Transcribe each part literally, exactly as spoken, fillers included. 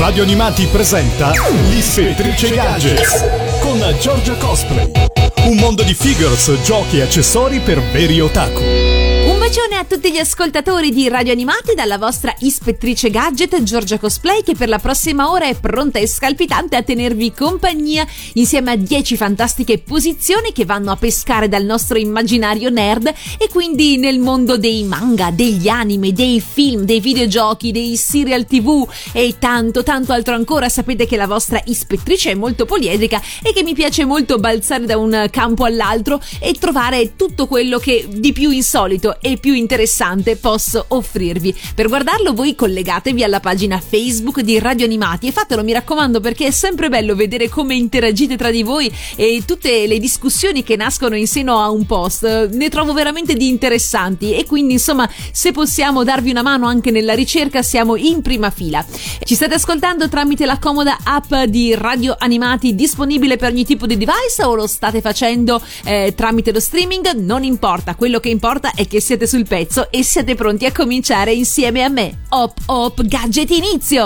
Radio Animati presenta l'Ispettrice Gadgets con Giorgia Cosplay. Un mondo di figures, giochi e accessori per veri otaku. Un bacione a tutti gli ascoltatori di Radio Animati dalla vostra Ispettrice Gadget Giorgia Cosplay, che per la prossima ora è pronta e scalpitante a tenervi compagnia insieme a dieci fantastiche posizioni che vanno a pescare dal nostro immaginario nerd e quindi nel mondo dei manga, degli anime, dei film, dei videogiochi, dei serial tv e tanto tanto altro ancora. Sapete che la vostra ispettrice è molto poliedrica e che mi piace molto balzare da un campo all'altro e trovare tutto quello che di più insolito e più interessante posso offrirvi. Per guardarlo voi collegatevi alla pagina Facebook di Radio Animati e fatelo, mi raccomando, perché è sempre bello vedere come interagite tra di voi e tutte le discussioni che nascono in seno a un post. Ne trovo veramente di interessanti e quindi insomma, se possiamo darvi una mano anche nella ricerca siamo in prima fila. Ci state ascoltando tramite la comoda app di Radio Animati disponibile per ogni tipo di device o lo state facendo eh, tramite lo streaming? Non importa, quello che importa è che siete sul pezzo e siete pronti a cominciare insieme a me. Hop hop gadget, inizio!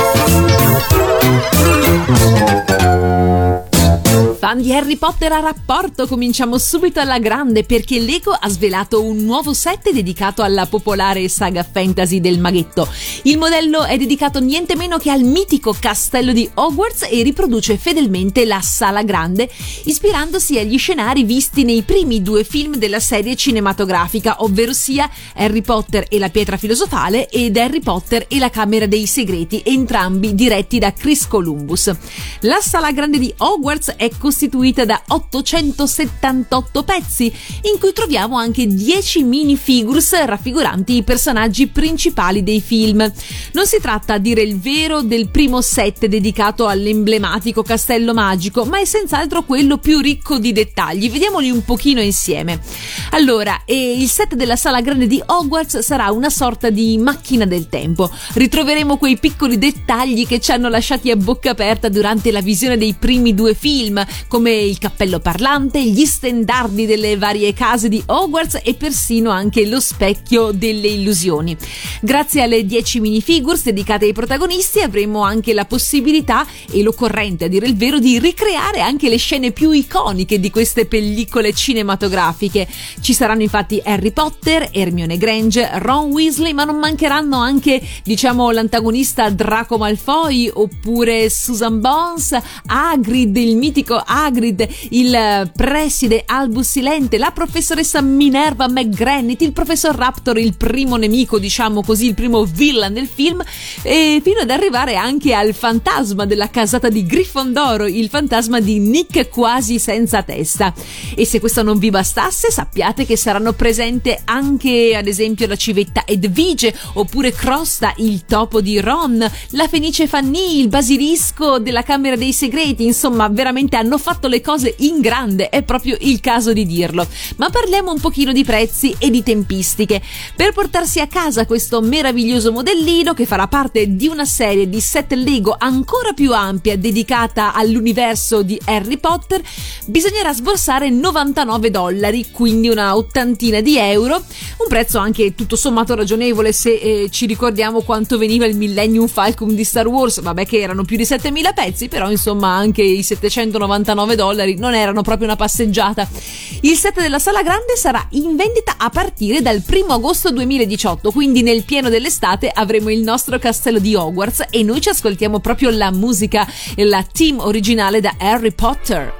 Fan di Harry Potter a rapporto, cominciamo subito alla grande perché Lego ha svelato un nuovo set dedicato alla popolare saga fantasy del maghetto. Il modello è dedicato niente meno che al mitico castello di Hogwarts e riproduce fedelmente la sala grande, ispirandosi agli scenari visti nei primi due film della serie cinematografica, ovvero sia Harry Potter e la pietra filosofale ed Harry Potter e la camera dei segreti, entrambi diretti da Chris Columbus. La sala grande di Hogwarts è costituita da ottocentosettantotto pezzi, in cui troviamo anche dieci minifigures raffiguranti i personaggi principali dei film. Non si tratta, a dire il vero, del primo set dedicato all'emblematico castello magico, ma è senz'altro quello più ricco di dettagli. Vediamoli un pochino insieme. Allora, eh, il set della sala grande di Hogwarts sarà una sorta di macchina del tempo. Ritroveremo quei piccoli dettagli che ci hanno lasciati a bocca aperta durante la visione dei primi due film, come il cappello parlante, gli stendardi delle varie case di Hogwarts e persino anche lo specchio delle illusioni. Grazie alle dieci minifigures dedicate ai protagonisti avremo anche la possibilità, e l'occorrente a dire il vero, di ricreare anche le scene più iconiche di queste pellicole cinematografiche. Ci saranno infatti Harry Potter, Hermione Granger, Ron Weasley, ma non mancheranno anche, diciamo, l'antagonista Draco Malfoy, oppure Susan Bones, Hagrid, il mitico Hagrid, il preside Albus Silente, la professoressa Minerva McGranit, il professor Raptor, il primo nemico, diciamo così, il primo villain del film, e fino ad arrivare anche al fantasma della casata di Grifondoro, il fantasma di Nick quasi senza testa. E se questo non vi bastasse, sappiate che saranno presente anche, ad esempio, la civetta Edvige, oppure Crosta, il topo di Ron, la fenice Fanny, il basilisco della camera dei segreti. Insomma, veramente hanno fatto le cose in grande, è proprio il caso di dirlo. Ma parliamo un pochino di prezzi e di tempistiche. Per portarsi a casa questo meraviglioso modellino, che farà parte di una serie di set Lego ancora più ampia dedicata all'universo di Harry Potter, bisognerà sborsare novantanove dollari, quindi una ottantina di euro, un prezzo anche tutto sommato ragionevole se eh, ci ricordiamo quanto veniva il Millennium Falcon di Star Wars. Vabbè che erano più di settemila pezzi, però insomma anche i settecentonovantanove dollari non erano proprio una passeggiata. Il set della sala grande sarà in vendita a partire dal primo agosto duemiladiciotto, quindi nel pieno dell'estate avremo il nostro castello di Hogwarts e noi ci ascoltiamo proprio la musica, la theme originale da Harry Potter.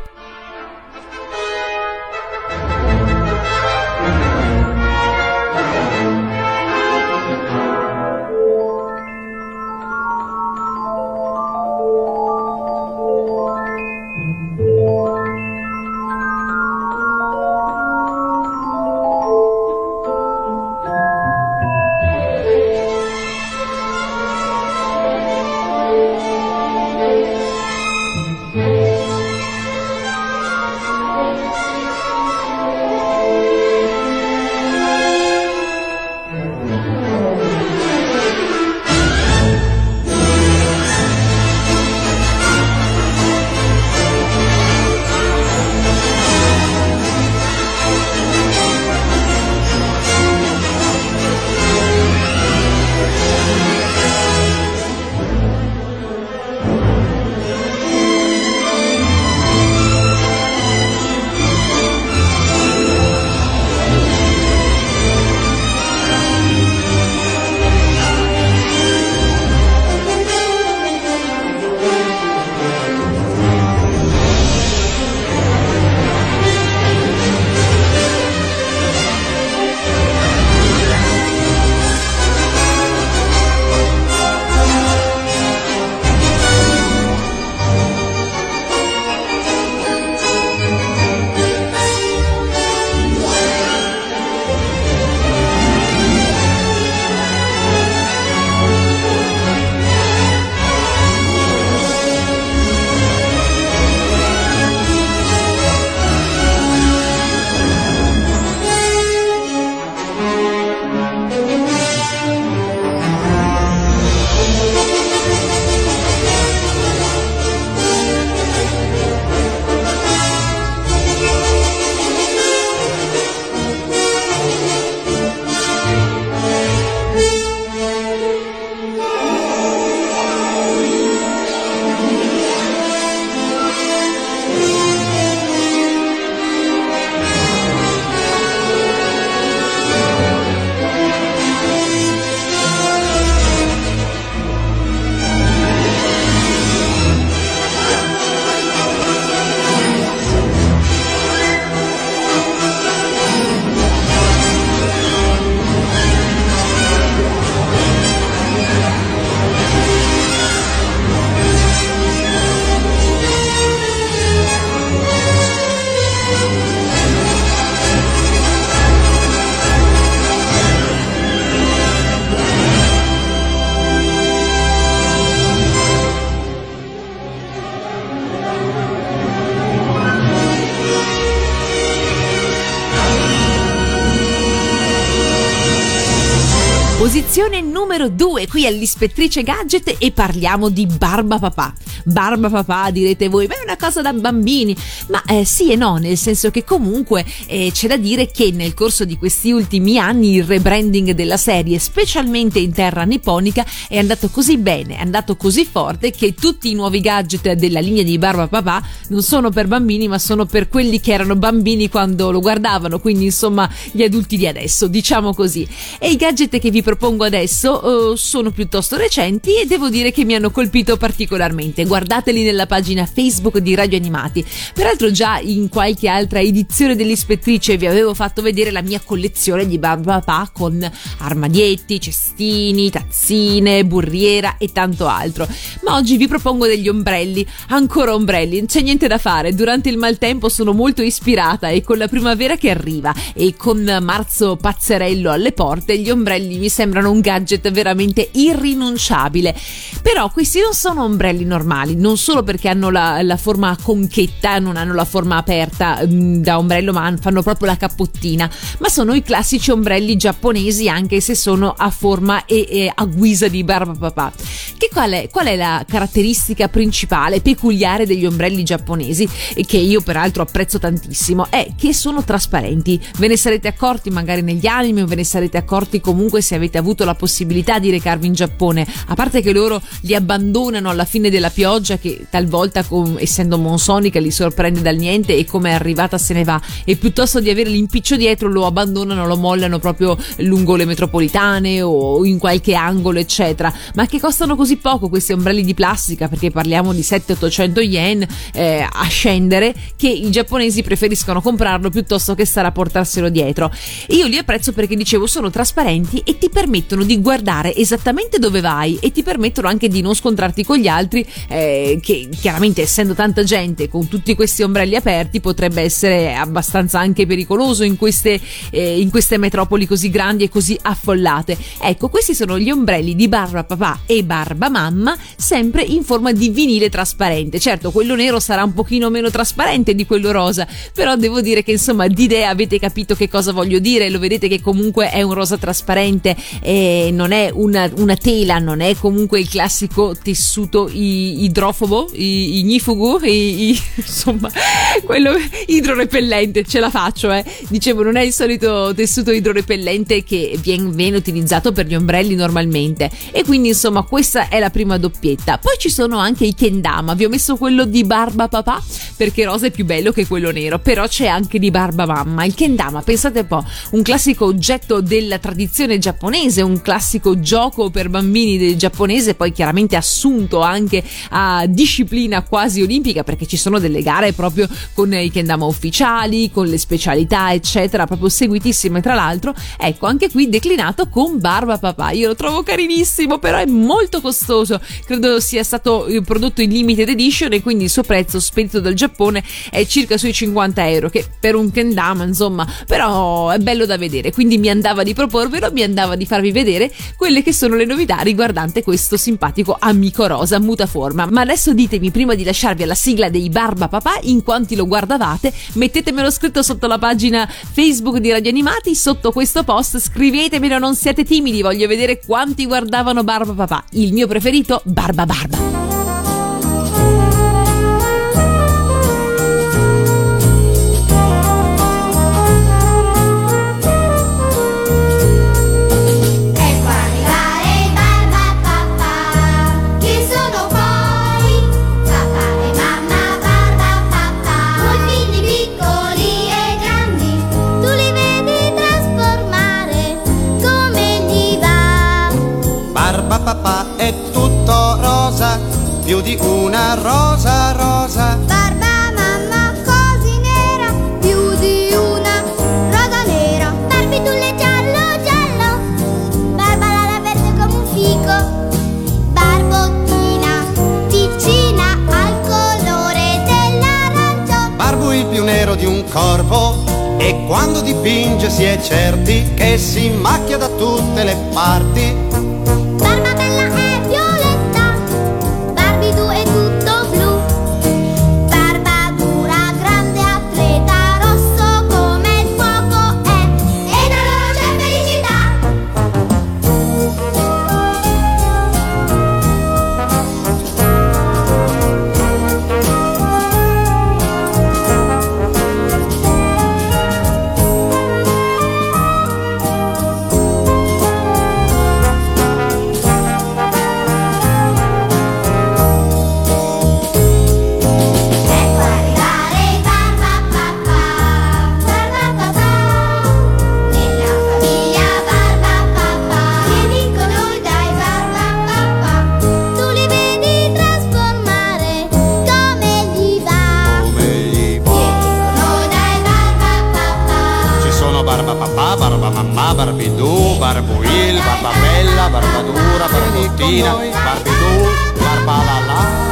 numero due qui all'Ispettrice Gadget e parliamo di Barbapapà. Barbapapà, direte voi, ma è una cosa da bambini. Ma eh, sì e no, nel senso che comunque eh, c'è da dire che nel corso di questi ultimi anni il rebranding della serie, specialmente in terra nipponica, è andato così bene, è andato così forte che tutti i nuovi gadget della linea di Barbapapà non sono per bambini, ma sono per quelli che erano bambini quando lo guardavano, quindi insomma gli adulti di adesso, diciamo così. E i gadget che vi propongo adesso uh, sono piuttosto recenti e devo dire che mi hanno colpito particolarmente. Guardateli nella pagina Facebook di Radio Animati. Peraltro già in qualche altra edizione dell'Ispettrice vi avevo fatto vedere la mia collezione di Barbapapà con armadietti, cestini, tazzine, burriera e tanto altro. Ma oggi vi propongo degli ombrelli, ancora ombrelli, non c'è niente da fare. Durante il maltempo sono molto ispirata e con la primavera che arriva e con marzo pazzerello alle porte, gli ombrelli mi sembrano un gadget veramente irrinunciabile. Però questi non sono ombrelli normali, non solo perché hanno la, la forma a conchetta, non hanno la forma aperta mh, da ombrello, ma fanno proprio la cappottina, ma sono i classici ombrelli giapponesi, anche se sono a forma e, e a guisa di Barbapapà. Che qual è, qual è la caratteristica principale, peculiare degli ombrelli giapponesi, e che io peraltro apprezzo tantissimo, è che sono trasparenti. Ve ne sarete accorti magari negli anime, o ve ne sarete accorti comunque se avete avuto la possibilità di recarvi in Giappone, a parte che loro li abbandonano alla fine della pioggia, che talvolta con, essendo monsonica li sorprende dal niente e come è arrivata se ne va, e piuttosto di avere l'impiccio dietro lo abbandonano, lo mollano proprio lungo le metropolitane o in qualche angolo eccetera. Ma che costano così poco questi ombrelli di plastica, perché parliamo di settecento ottocento yen eh, a scendere, che i giapponesi preferiscono comprarlo piuttosto che stare a portarselo dietro. E io li apprezzo perché, dicevo, sono trasparenti e ti permettono di guardare esattamente dove vai e ti permettono anche di non scontrarti con gli altri, eh, che chiaramente, essendo tanta gente con tutti questi ombrelli aperti, potrebbe essere abbastanza anche pericoloso in queste, eh, in queste metropoli così grandi e così affollate. Ecco, questi sono gli ombrelli di Barbapapà e Barbamamma, sempre in forma di vinile trasparente. Certo, quello nero sarà un pochino meno trasparente di quello rosa, però devo dire che insomma d'idea avete capito che cosa voglio dire. Lo vedete che comunque è un rosa trasparente, e non è una, una tela, non è comunque il classico tessuto i, idrofobo, i, ignifugu, i, i, insomma quello idrorepellente, ce la faccio eh dicevo, non è il solito tessuto idrorepellente che viene, viene utilizzato per gli ombrelli normalmente, e quindi insomma questa è la prima doppietta. Poi ci sono anche i kendama, vi ho messo quello di Barbapapà perché rosa è più bello che quello nero, però c'è anche di Barbamamma. Il kendama, pensate un po', un classico oggetto della tradizione giapponese, un classico gioco per bambini del giapponese, poi chiaramente assunto anche a disciplina quasi olimpica, perché ci sono delle gare proprio con i kendama ufficiali, con le specialità eccetera, proprio seguitissime tra l'altro. Ecco, anche qui declinato con Barbapapà. Io lo trovo carinissimo, però è molto costoso, credo sia stato prodotto in limited edition e quindi il suo prezzo spedito dal Giappone è circa sui cinquanta euro, che per un kendama insomma, però è bello da vedere, quindi mi andava di proporvelo, mi andava di farvi vedere quelle che sono le novità riguardante questo simpatico amico rosa mutaforma. Ma adesso ditemi, prima di lasciarvi alla sigla dei Barbapapà, in quanti lo guardavate, mettetemelo scritto sotto la pagina Facebook di Radio Animati, sotto questo post scrivetemelo, non siate timidi, voglio vedere quanti guardavano Barbapapà. Il mio preferito, Barba Barba. Barbapapà è tutto rosa, più di una rosa rosa. Barbamamma così nera, più di una rosa nera. Barbitulle giallo giallo, Barbara verde come un fico. Barbottina vicina al colore dell'arancio. Barbu il più nero di un corvo, e quando dipinge si è certi che si macchia da tutte le parti. Barbabella è violetta, Barbidu è tutto blu. Barbadura grande atleta, rosso come il fuoco è, e da loro c'è felicità. barbina, barbidù, barbalala.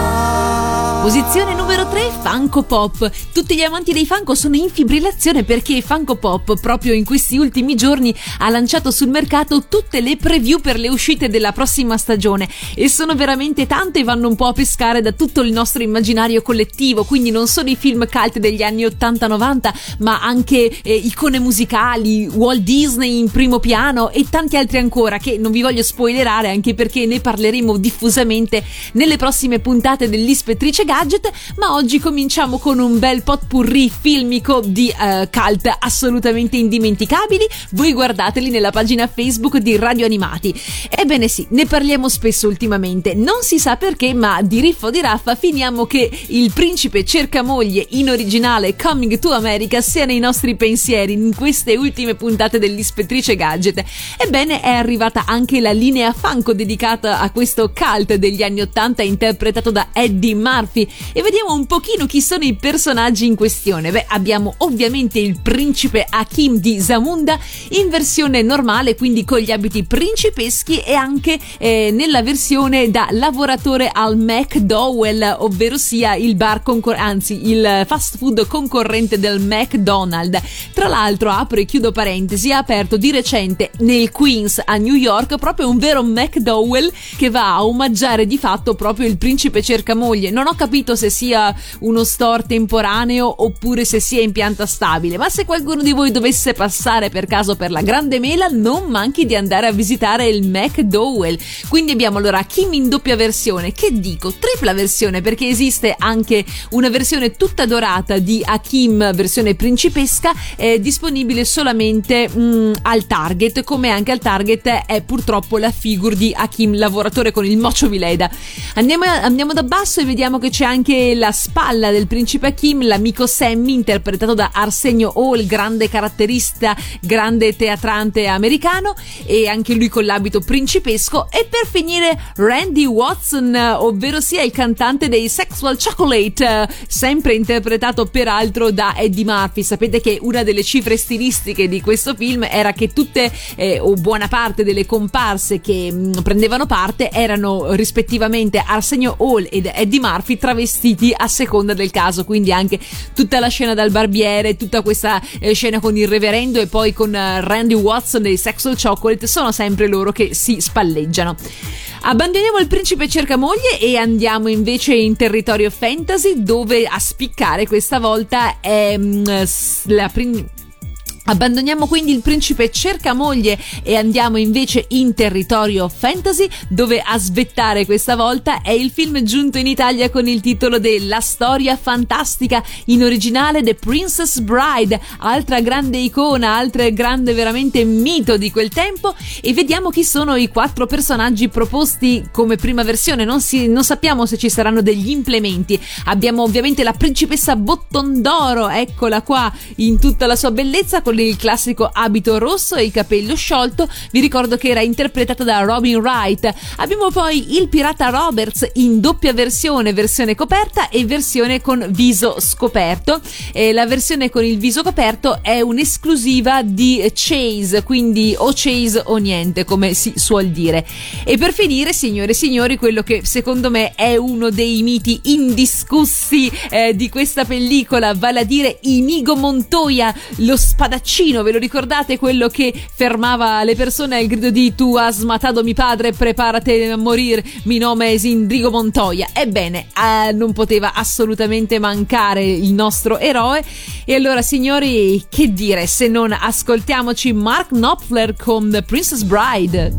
Posizione numero tre, Funko Pop. Tutti gli amanti dei Funko sono in fibrillazione perché Funko Pop proprio in questi ultimi giorni ha lanciato sul mercato tutte le preview per le uscite della prossima stagione e sono veramente tante e vanno un po' a pescare da tutto il nostro immaginario collettivo, quindi non solo i film cult degli anni ottanta novanta ma anche eh, icone musicali, Walt Disney in primo piano e tanti altri ancora che non vi voglio spoilerare anche perché ne parleremo diffusamente nelle prossime puntate dell'Ispettrice Gadget, ma oggi cominciamo con un bel potpourri filmico di uh, cult assolutamente indimenticabili. Voi guardateli nella pagina Facebook di Radio Animati. Ebbene sì, ne parliamo spesso ultimamente, non si sa perché, ma di riffo o di raffa finiamo che Il principe cerca moglie in originale Coming to America sia nei nostri pensieri in queste ultime puntate dell'Ispettrice Gadget. Ebbene, è arrivata anche la linea Funko dedicata a questo cult degli anni ottanta interpretato da Eddie Murphy e vediamo un pochino chi sono i personaggi in questione. Beh, abbiamo ovviamente il principe Hakim di Zamunda in versione normale, quindi con gli abiti principeschi, e anche eh, nella versione da lavoratore al McDowell, ovvero sia il bar concor- anzi il fast food concorrente del McDonald's. Tra l'altro, apro e chiudo parentesi, ha aperto di recente nel Queens a New York proprio un vero McDowell che va a omaggiare di fatto proprio il principe cercamoglie. Non ho capito se sia uno store temporaneo oppure se sia in pianta stabile, ma se qualcuno di voi dovesse passare per caso per la Grande Mela non manchi di andare a visitare il McDowell. Quindi abbiamo allora Kim in doppia versione, che dico tripla versione, perché esiste anche una versione tutta dorata di Hakim versione principesca eh, disponibile solamente mh, al Target, come anche al Target è purtroppo la figure di Hakim lavoratore con il mocio Vileda. Andiamo, andiamo da basso e vediamo che c'è anche la spalla del principe Hakim, l'amico Sammy interpretato da Arsenio Hall, grande caratterista, grande teatrante americano, e anche lui con l'abito principesco. E per finire Randy Watson, ovvero sia il cantante dei Sexual Chocolate, sempre interpretato peraltro da Eddie Murphy. Sapete che una delle cifre stilistiche di questo film era che tutte eh, o buona parte delle comparse che mh, prendevano parte erano rispettivamente Arsenio Hall ed Eddie Murphy travestiti a seconda del caso, quindi anche tutta la scena dal barbiere, tutta questa eh, scena con il reverendo e poi con uh, Randy Watson dei Sexual Chocolate sono sempre loro che si spalleggiano. Abbandoniamo il principe cercamoglie e andiamo invece in territorio fantasy, dove a spiccare questa volta è mm, la prin- Abbandoniamo quindi il principe cercamoglie e andiamo invece in territorio fantasy, dove a svettare questa volta è il film giunto in Italia con il titolo de La storia fantastica, in originale The Princess Bride, altra grande icona, altra grande veramente mito di quel tempo. E vediamo chi sono i quattro personaggi proposti come prima versione. Non, si, non sappiamo se ci saranno degli implementi. Abbiamo ovviamente la principessa Bottondoro, eccola qua in tutta la sua bellezza, con il classico abito rosso e il capello sciolto. Vi ricordo che era interpretata da Robin Wright. Abbiamo poi il pirata Roberts in doppia versione, versione coperta e versione con viso scoperto. E la versione con il viso coperto è un'esclusiva di Chase, quindi o Chase o niente, come si suol dire. E per finire, signore e signori, quello che secondo me è uno dei miti indiscussi eh, di questa pellicola, vale a dire Inigo Montoya, lo spadaccino. Ve lo ricordate, quello che fermava le persone al grido di "tu has matado mi padre, preparati a morir, mi nome es Inigo Montoya"? Ebbene, eh, non poteva assolutamente mancare il nostro eroe. E allora, signori, che dire se non ascoltiamoci Mark Knopfler con The Princess Bride.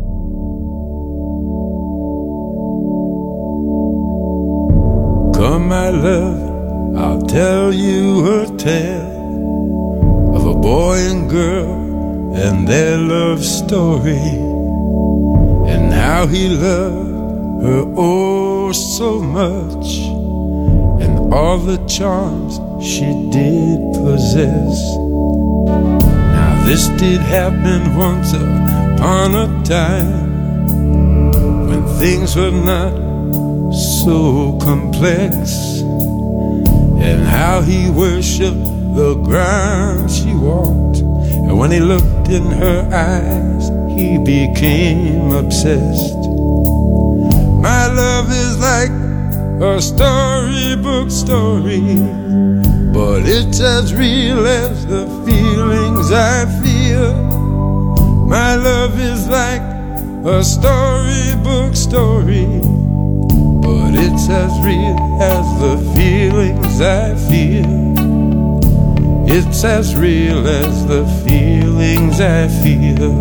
Come my love, I'll tell you a tale of a boy and girl and their love story, and how he loved her oh so much, and all the charms she did possess. Now this did happen once upon a time, when things were not so complex, and how he worshipped the ground she walked, and when he looked in her eyes he became obsessed. a storybook story, but it's as real as the feelings I feel. My love is like a storybook story, but it's as real as the feelings I feel. It's as real as the feelings I feel.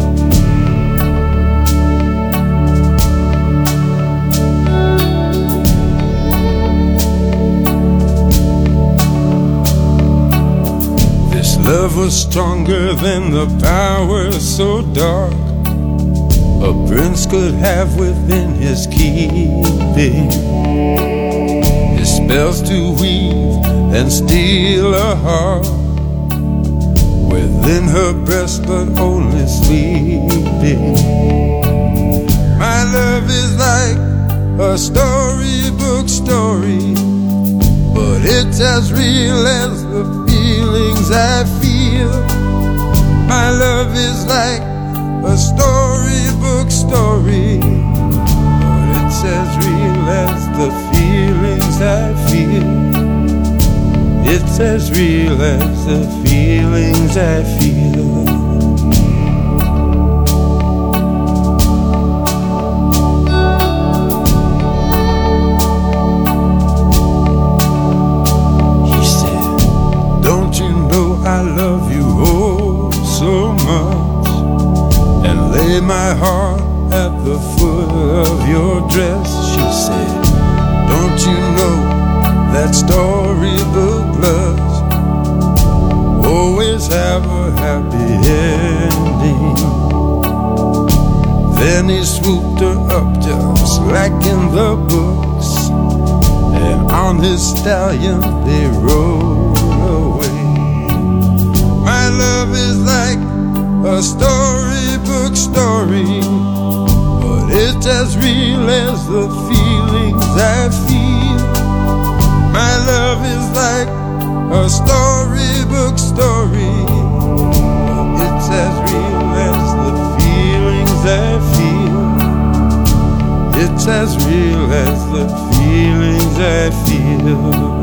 This love was stronger than the power so dark a prince could have within his keeping. His spells to weave and steal a heart within her breast, but only sleeping. My love is like a storybook story, but it's as real as the feelings I feel. My love is like a storybook story, but it's as real as the feelings I feel. It's as real as the feelings I feel. He said, don't you know I love you oh so much, and lay my heart at the foot of your dress. She said, don't you know that storybook loves always have a happy ending? Then he swooped her up just like in the books, and on his stallion they rode away. My love is like a storybook story, but it's as real as the feelings I feel. My love is like a storybook story, but it's as real as the feelings I feel. It's as real as the feelings I feel.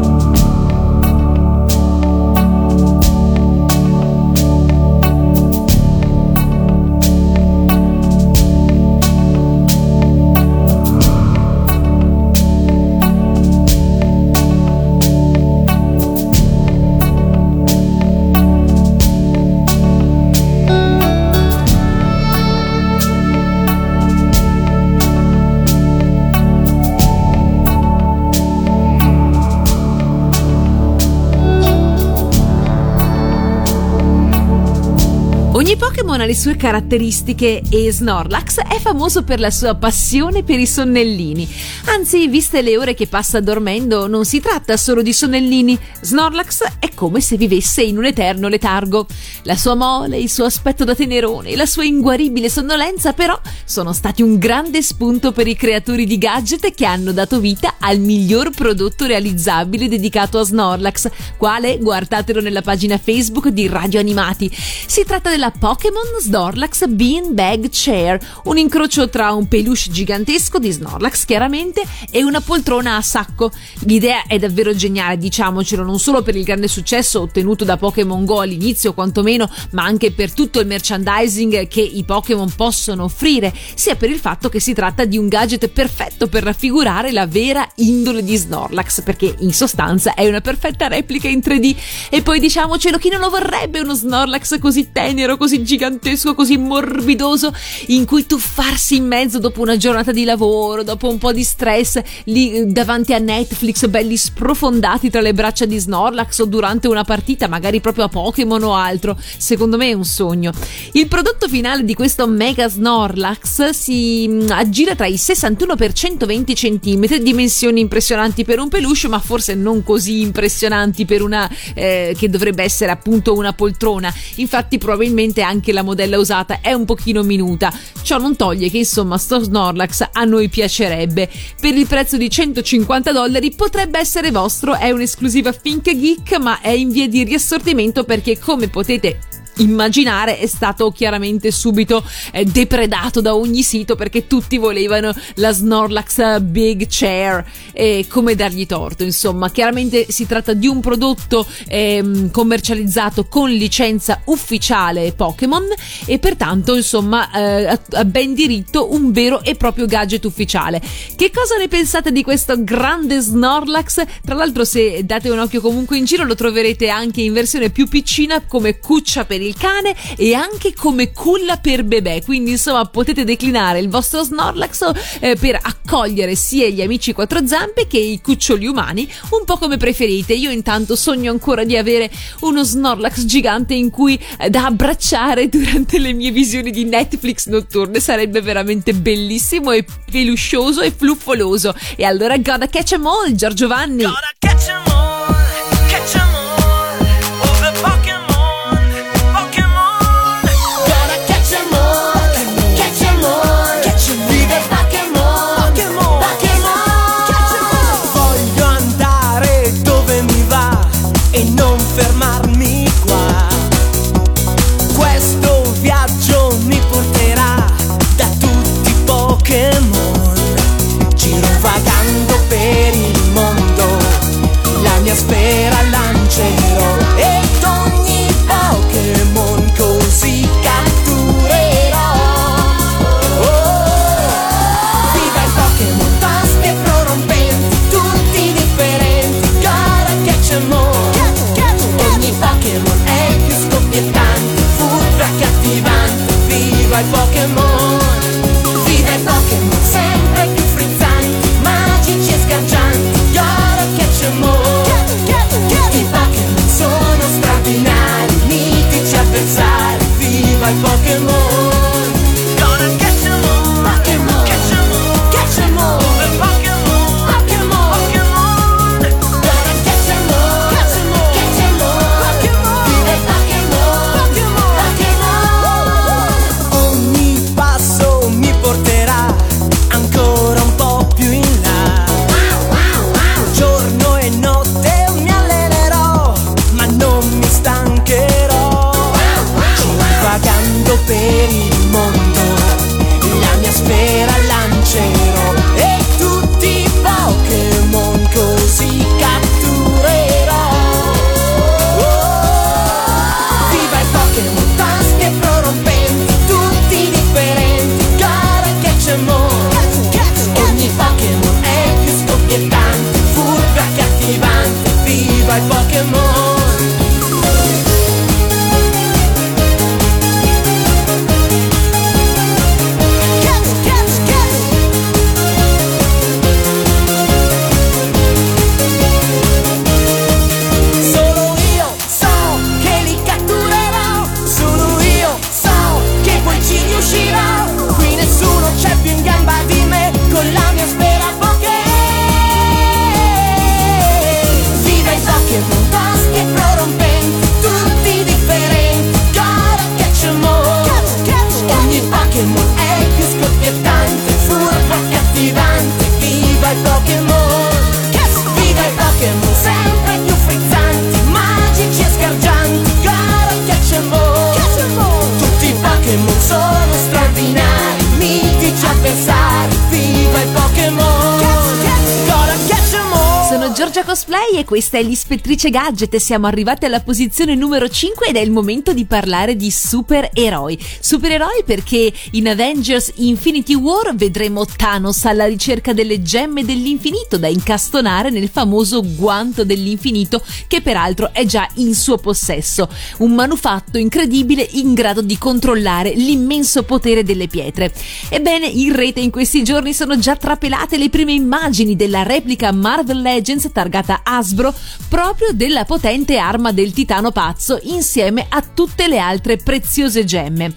Ogni Pokémon ha le sue caratteristiche e Snorlax è famoso per la sua passione per i sonnellini. Anzi, viste le ore che passa dormendo, non si tratta solo di sonnellini. Snorlax è come se vivesse in un eterno letargo. La sua mole, il suo aspetto da tenerone e la sua inguaribile sonnolenza però sono stati un grande spunto per i creatori di gadget che hanno dato vita al miglior prodotto realizzabile dedicato a Snorlax, quale guardatelo nella pagina Facebook di Radio Animati. Si tratta della Pokémon Snorlax Beanbag Chair, un incrocio tra un peluche gigantesco di Snorlax chiaramente e una poltrona a sacco. L'idea è davvero geniale, diciamocelo, non solo per il grande successo ottenuto da Pokémon Go all'inizio quantomeno, ma anche per tutto il merchandising che i Pokémon possono offrire, sia per il fatto che si tratta di un gadget perfetto per raffigurare la vera indole di Snorlax, perché in sostanza è una perfetta replica in tre D. E poi diciamocelo, chi non lo vorrebbe uno Snorlax così tenero, così gigantesco, così morbidoso, in cui tuffarsi in mezzo dopo una giornata di lavoro, dopo un po' di stress, lì davanti a Netflix, belli sprofondati tra le braccia di Snorlax, o durante una partita, magari proprio a Pokémon o altro. Secondo me è un sogno. Il prodotto finale di questo Mega Snorlax si aggira tra i sessantuno per centoventi centimetri, dimensioni impressionanti per un peluche, ma forse non così impressionanti per una eh, che dovrebbe essere appunto una poltrona. Infatti probabilmente anche la modella usata è un pochino minuta. Ciò non toglie che insomma sto Snorlax a noi piacerebbe. Per il prezzo di centocinquanta dollari potrebbe essere vostro. È un'esclusiva Think Geek, ma è in via di riassortimento perché, come potete immaginare, è stato chiaramente subito eh, depredato da ogni sito, perché tutti volevano la Snorlax Big Chair, e come dargli torto. Insomma, chiaramente si tratta di un prodotto ehm, commercializzato con licenza ufficiale Pokémon, e pertanto insomma eh, a, a ben diritto un vero e proprio gadget ufficiale. Che cosa ne pensate di questo grande Snorlax? Tra l'altro, se date un occhio comunque in giro, lo troverete anche in versione più piccina, come cuccia per il cane e anche come culla per bebè, quindi insomma potete declinare il vostro Snorlax eh, per accogliere sia gli amici quattro zampe che i cuccioli umani, un po' come preferite. Io intanto sogno ancora di avere uno Snorlax gigante in cui eh, da abbracciare durante le mie visioni di Netflix notturne, sarebbe veramente bellissimo e peluscioso e fluffoloso. E allora gotta catch 'em all, Giorgio Vanni. Gotta catch 'em all, catch 'em all, all the Pokémon, Pokémon. Gotta catch 'em all, catch 'em all, catch 'em all. Vive Pokémon, Pokémon, Pokémon. catch 'em all. Voglio andare dove mi va e non fermarmi qua. Questo viaggio mi porterà da tutti i Pokémon, girovagando per il mondo, la mia sfera lancerò ed ogni Pokémon così catturerò. Oh, viva i Pokémon, tosti e prorompenti, tutti differenti. Gotta catch 'em all. Ogni Pokémon è più scoppiettante, furbo e accattivante. Viva i Pokémon, viva i Pokémon sempre più frizzanti, magici e sgargianti. Gotta catch 'em all. I Pokémon sono straordinari, mitici avversari. Viva i Pokémon. Gotta catch 'em all. Pokémon, Catch 'em all. catch 'em all. All the Pokémon. Pokémon, Pokémon. gotta catch 'em all, Catch 'em all. catch 'em all. Pokémon. Vive Pokémon, Pokémon. Ogni passo mi porterà ancora un po' più in là. Giorno e notte mi allenerò, ma non mi stancherò. Vagando per il mondo, la mia sfera lancerò e tutti i Pokémon così catturerò. Oh, viva i Pokémon, tosti e prorompenti, tutti differenti. Gotta catch 'em all. Ogni Pokémon è più scoppiettante, furbo e accattivante. Viva i Pokémon. Catch, catch, catch. Solo io so che li catturerò, solo io so che poi ci riuscirò. Qui nessuno c'è più in gamba di me, con la mia sfera Poké. Viva i Pokémon, tosti e prorompenti, tutti differenti. Gotta catch 'em all. Ogni Pokémon è più scoppiettante, furbo e accattivante. Viva i Pokémon. Viva i Pokémon sempre più frizzanti, magici e sgargianti. Gotta catch 'em all. Tutti i Pokémon sono straordinari, mitici avversari. Viva i Pokémon. Gotta catch 'em all. Sono Giorgia Cosplay e questa è l'Ispettrice Gadget. Siamo arrivati alla posizione numero cinque ed è il momento di parlare di supereroi. Supereroi perché in Avengers Infinity War vedremo Thanos alla ricerca delle gemme dell'infinito da incastonare nel famoso guanto dell'infinito, che peraltro è già in suo possesso. Un manufatto incredibile in grado di controllare l'immenso potere delle pietre. Ebbene, in rete in questi giorni sono già trapelate le prime immagini della replica Marvel Legends targata Hasbro proprio della potente arma del titano pazzo insieme a tutte le altre preziose gemme.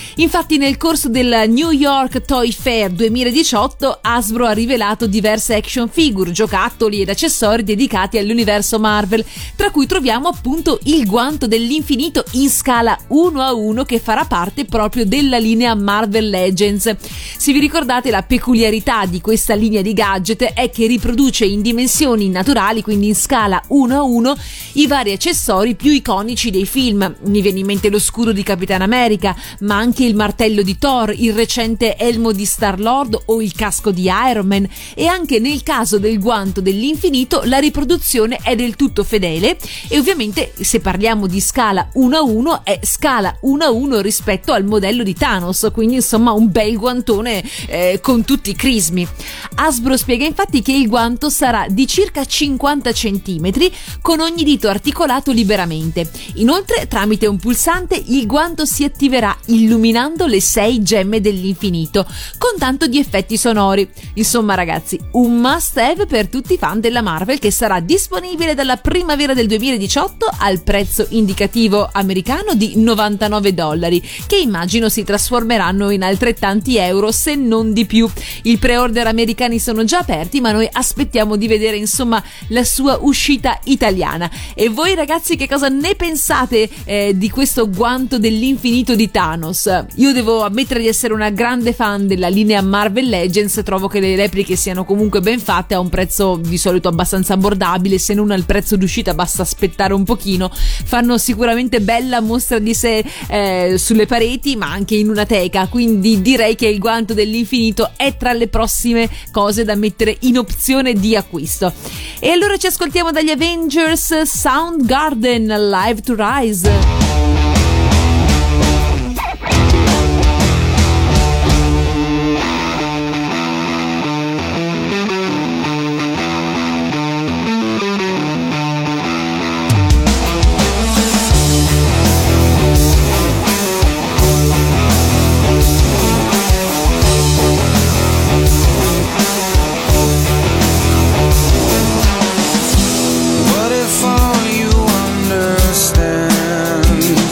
Infatti nel corso del New York Toy Fair duemiladiciotto Hasbro ha rivelato diverse action figure, giocattoli ed accessori dedicati all'universo Marvel, tra cui troviamo appunto il guanto dell'infinito in scala uno a uno che farà parte proprio della linea Marvel Legends. Se vi ricordate, la peculiarità di questa linea di gadget è che riproduce in dimensioni naturali, quindi in scala uno a uno, i vari accessori più iconici dei film. Mi viene in mente lo scudo di Capitan America, ma anche il martello di Thor, il recente elmo di Star-Lord o il casco di Iron Man, e anche nel caso del guanto dell'infinito la riproduzione è del tutto fedele, e ovviamente se parliamo di scala uno a uno è scala uno a uno rispetto al modello di Thanos, quindi insomma un bel guantone eh, con tutti i crismi. Hasbro spiega infatti che il guanto sarà di circa cinquanta centimetri con ogni dito articolato liberamente. Inoltre, tramite un pulsante il guanto si attiverà illuminando le sei gemme dell'infinito con tanto di effetti sonori. Insomma ragazzi, un must have per tutti i fan della Marvel, che sarà disponibile dalla primavera del duemiladiciotto al prezzo indicativo americano di novantanove dollari, che immagino si trasformeranno in altrettanti euro se non di più. Il pre-order americani sono già aperti, ma noi aspettiamo di vedere insomma la sua uscita italiana. E voi ragazzi, che cosa ne pensate eh, di questo guanto dell'infinito di Thanos? Io devo ammettere di essere una grande fan della linea Marvel Legends, trovo che le repliche siano comunque ben fatte a un prezzo di solito abbastanza abbordabile, se non al prezzo d'uscita basta aspettare un pochino. Fanno sicuramente bella mostra di sé eh, sulle pareti, ma anche in una teca, quindi direi che il guanto dell'infinito è tra le prossime cose da mettere in opzione di acquisto. E allora ci ascoltiamo dagli Avengers Soundgarden, Live to Rise. What if all you understand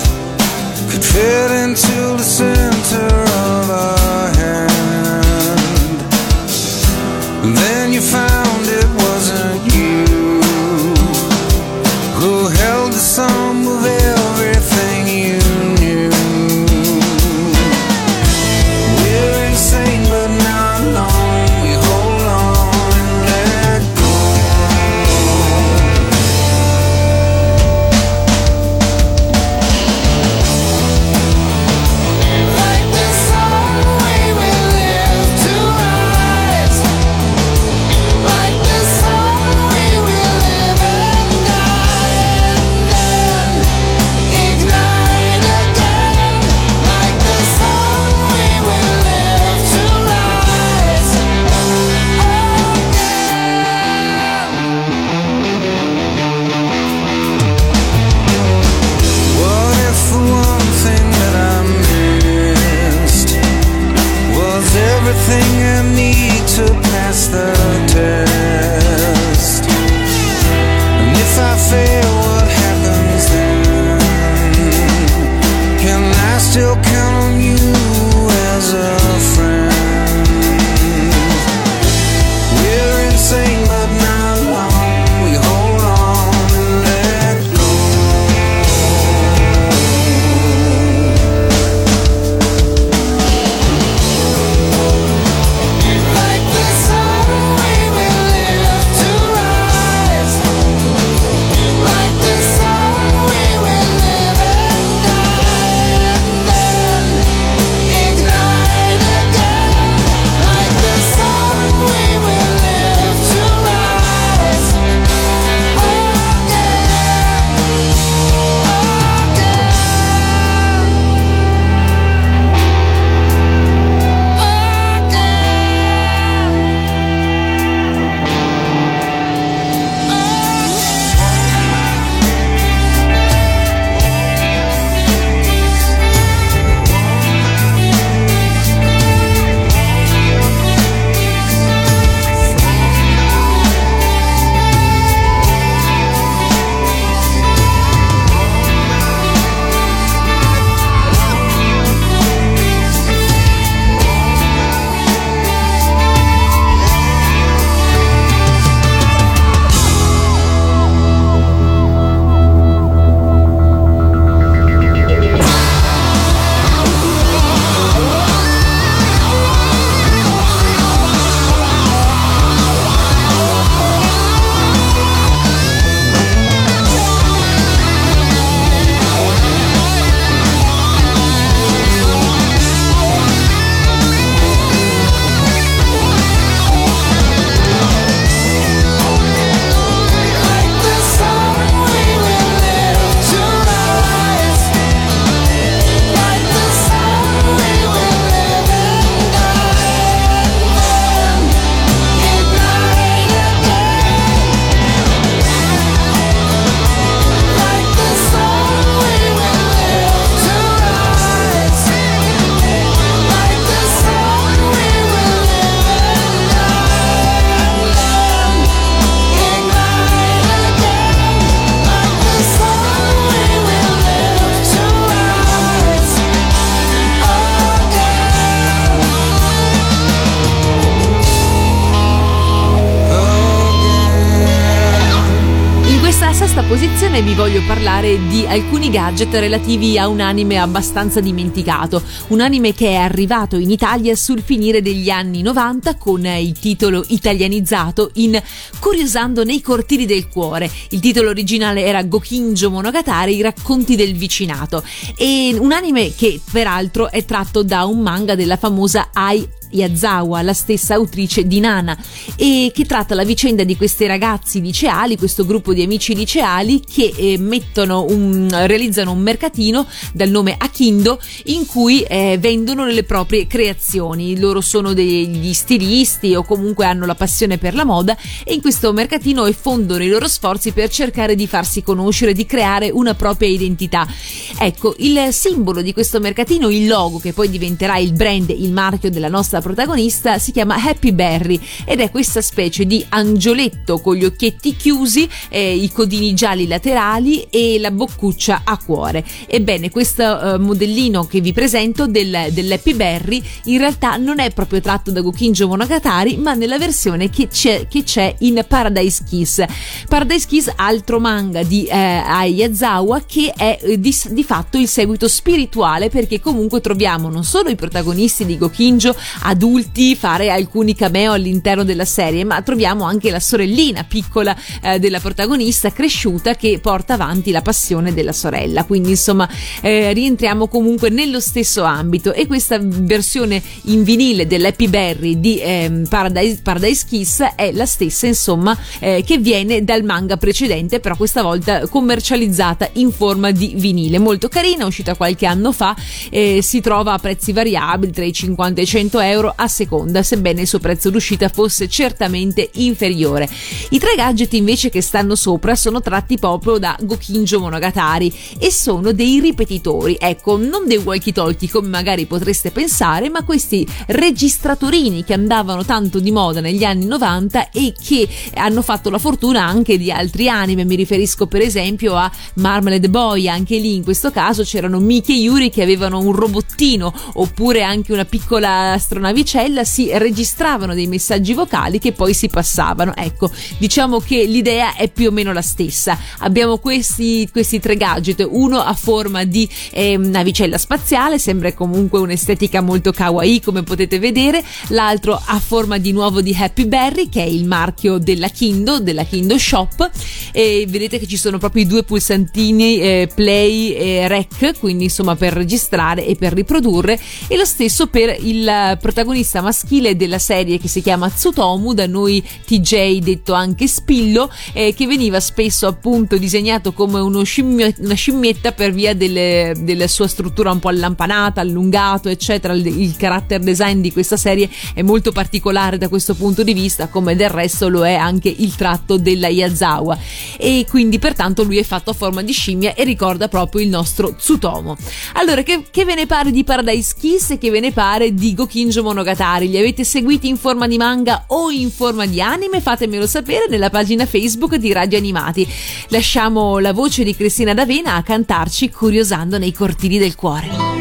sesta posizione vi voglio parlare di alcuni gadget relativi a un anime abbastanza dimenticato, un anime che è arrivato in Italia sul finire degli anni novanta con il titolo italianizzato in Curiosando nei cortili del cuore. Il titolo originale era Gokinjo Monogatari, i racconti del vicinato, e un anime che peraltro è tratto da un manga della famosa Ai Yazawa, la stessa autrice di Nana, e che tratta la vicenda di questi ragazzi liceali, questo gruppo di amici liceali che eh, mettono un, realizzano un mercatino dal nome Akindo in cui eh, vendono le proprie creazioni. Loro sono degli stilisti o comunque hanno la passione per la moda, e in questo mercatino effondono i loro sforzi per cercare di farsi conoscere, di creare una propria identità. Ecco, il simbolo di questo mercatino, il logo che poi diventerà il brand, il marchio della nostra protagonista, si chiama Happy Berry ed è questa specie di angioletto con gli occhietti chiusi, eh, i codini gialli laterali e la boccuccia a cuore. Ebbene, questo uh, modellino che vi presento del, dell'Happy Berry in realtà non è proprio tratto da Gokinjo Monogatari, ma nella versione che c'è, che c'è in Paradise Kiss. Paradise Kiss, altro manga di eh, Ai Yazawa, che è eh, di, di fatto il seguito spirituale, perché comunque troviamo non solo i protagonisti di Gokinjo adulti fare alcuni cameo all'interno della serie, ma troviamo anche la sorellina piccola eh, della protagonista cresciuta che porta avanti la passione della sorella. Quindi insomma eh, rientriamo comunque nello stesso ambito, e questa versione in vinile dell'Happy Berry di eh, Paradise, Paradise Kiss è la stessa insomma eh, che viene dal manga precedente, però questa volta commercializzata in forma di vinile. Molto carina, uscita qualche anno fa, eh, si trova a prezzi variabili tra i cinquanta e i cento euro a seconda, sebbene il suo prezzo d'uscita fosse certamente inferiore. I tre gadget invece che stanno sopra sono tratti proprio da Gokinjo Monogatari e sono dei ripetitori, ecco, non dei walkie talkie come magari potreste pensare, ma questi registratorini che andavano tanto di moda negli anni novanta e che hanno fatto la fortuna anche di altri anime. Mi riferisco per esempio a Marmalade Boy, anche lì in questo caso c'erano Miki e Yuri che avevano un robottino oppure anche una piccola astronavicella, si registravano dei messaggi vocali che poi si passavano. Ecco, diciamo che l'idea è più o meno la stessa. Abbiamo questi, questi tre gadget, uno a forma di eh, navicella spaziale, sembra comunque un'estetica molto kawaii come potete vedere, l'altro a forma di nuovo di Happy Berry che è il marchio della Kindo, della Kindo Shop, e vedete che ci sono proprio i due pulsantini eh, play e rec, quindi insomma per registrare e per riprodurre, e lo stesso per il protagonista maschile della serie che si chiama Tsutomu, da noi T J detto anche Spillo, eh, che veniva spesso appunto disegnato come uno scimmio, una scimmietta per via delle, della sua struttura un po' allampanata, allungato eccetera. Il, il character design di questa serie è molto particolare da questo punto di vista, come del resto lo è anche il tratto della Yazawa, e quindi pertanto lui è fatto a forma di scimmia e ricorda proprio il nostro Tsutomu. Allora, che, che ve ne pare di Paradise Kiss e che ve ne pare di Gokinjo Monogatari? Li avete seguiti in forma di manga o in forma di anime? Fatemelo sapere nella pagina Facebook di Radio Animati. Lasciamo la voce di Cristina D'Avena a cantarci Curiosando nei cortili del cuore.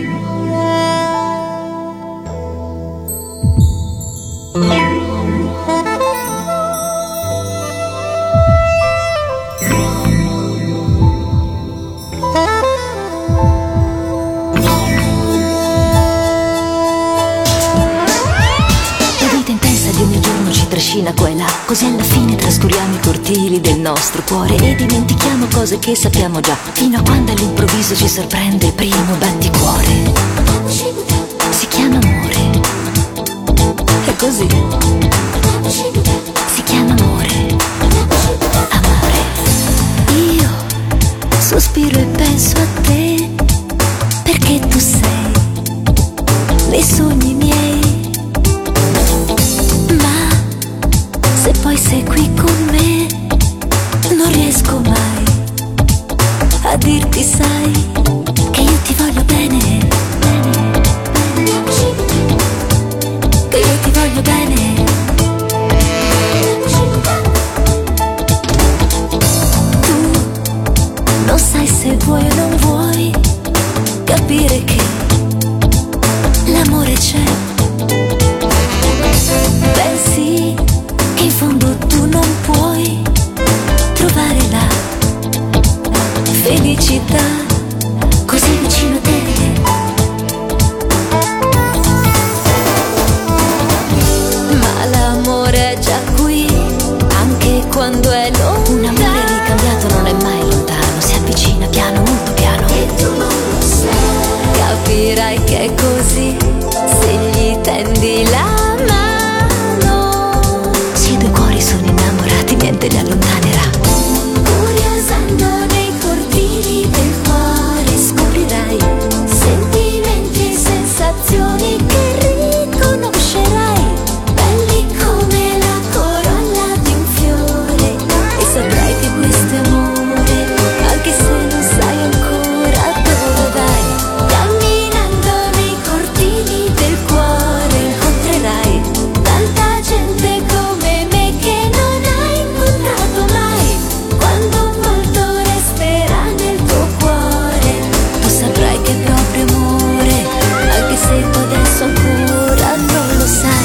Trascina qua e là, così alla fine trascuriamo i cortili del nostro cuore e dimentichiamo cose che sappiamo già, fino a quando all'improvviso ci sorprende il primo batticuore. Si chiama amore, è così. Si chiama amore, amore. Io sospiro e penso a te, perché tu sei nei sogni miei. Se poi sei qui con me, non riesco mai a dirti, sai, che io ti voglio bene, che io ti voglio bene. Tu non sai se vuoi o non vuoi capire che l'amore c'è. Pensi che in fondo tu non puoi trovare la quando è lontano. Un amore ricambiato non è mai lontano, si avvicina piano, molto piano. E tu non lo sai, capirai che è così se gli tendi la mano. Se i due cuori sono innamorati, niente li allontanerà. Curiosando nei cortili del cuore scoprirai sentimenti e sensazioni che riconoscerai, belli come la corolla di un fiore. E saprai che questo è amore, anche se non sai ancora dove vai. Camminando nei cortili del cuore incontrerai tanta gente come me che non hai incontrato mai. Quando un volto resterà nel tuo cuore, tu saprai che è proprio amore, anche se tu adesso ancora non lo sai.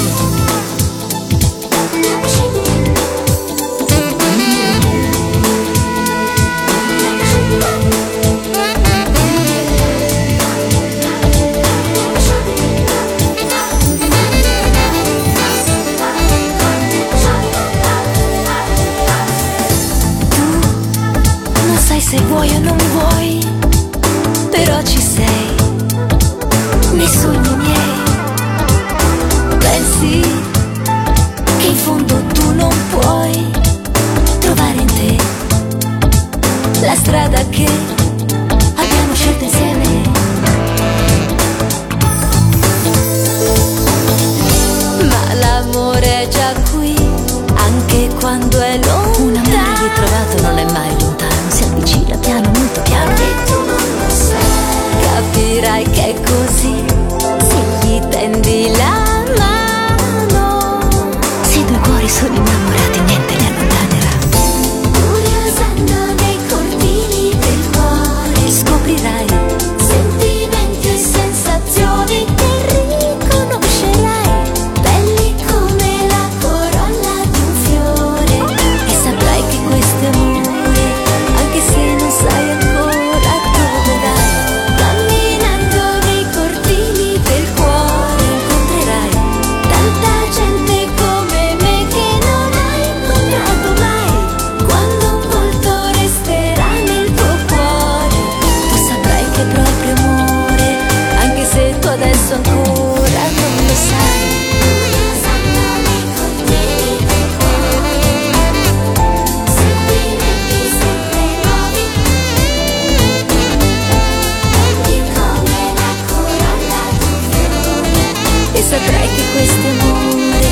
Tu non sai se vuoi o non vuoi, però ci sei nei sogni miei. Pensi che in fondo tu non puoi trovare in te la strada che abbiamo scelto insieme. Ma l'amore è già qui, anche quando è lontano. Un amore ritrovato non è mai lontano, si avvicina piano, molto piano. E tu non lo sai, capirai che è così se gli tendi la mano. Se i due cuori sono innamorati, niente li allontanerà. Curiosando nei cortili del cuore scoprirai sentimenti e sensazioni che riconoscerai, belli come la corolla di un fiore. E saprai che questo è amore, anche se non sai ancora dove vai. Camminando nei cortili del cuore incontrerai tanta gente come me che non hai incontrato mai. Quando un volto resterà nel tuo cuore, tu saprai che è proprio amore, anche se tu adesso ancora non lo sai. Curiosando nei cortili del cuore, sentimenti sempre nuovi, belli come la corolla di un fiore. E saprai che questo è amore.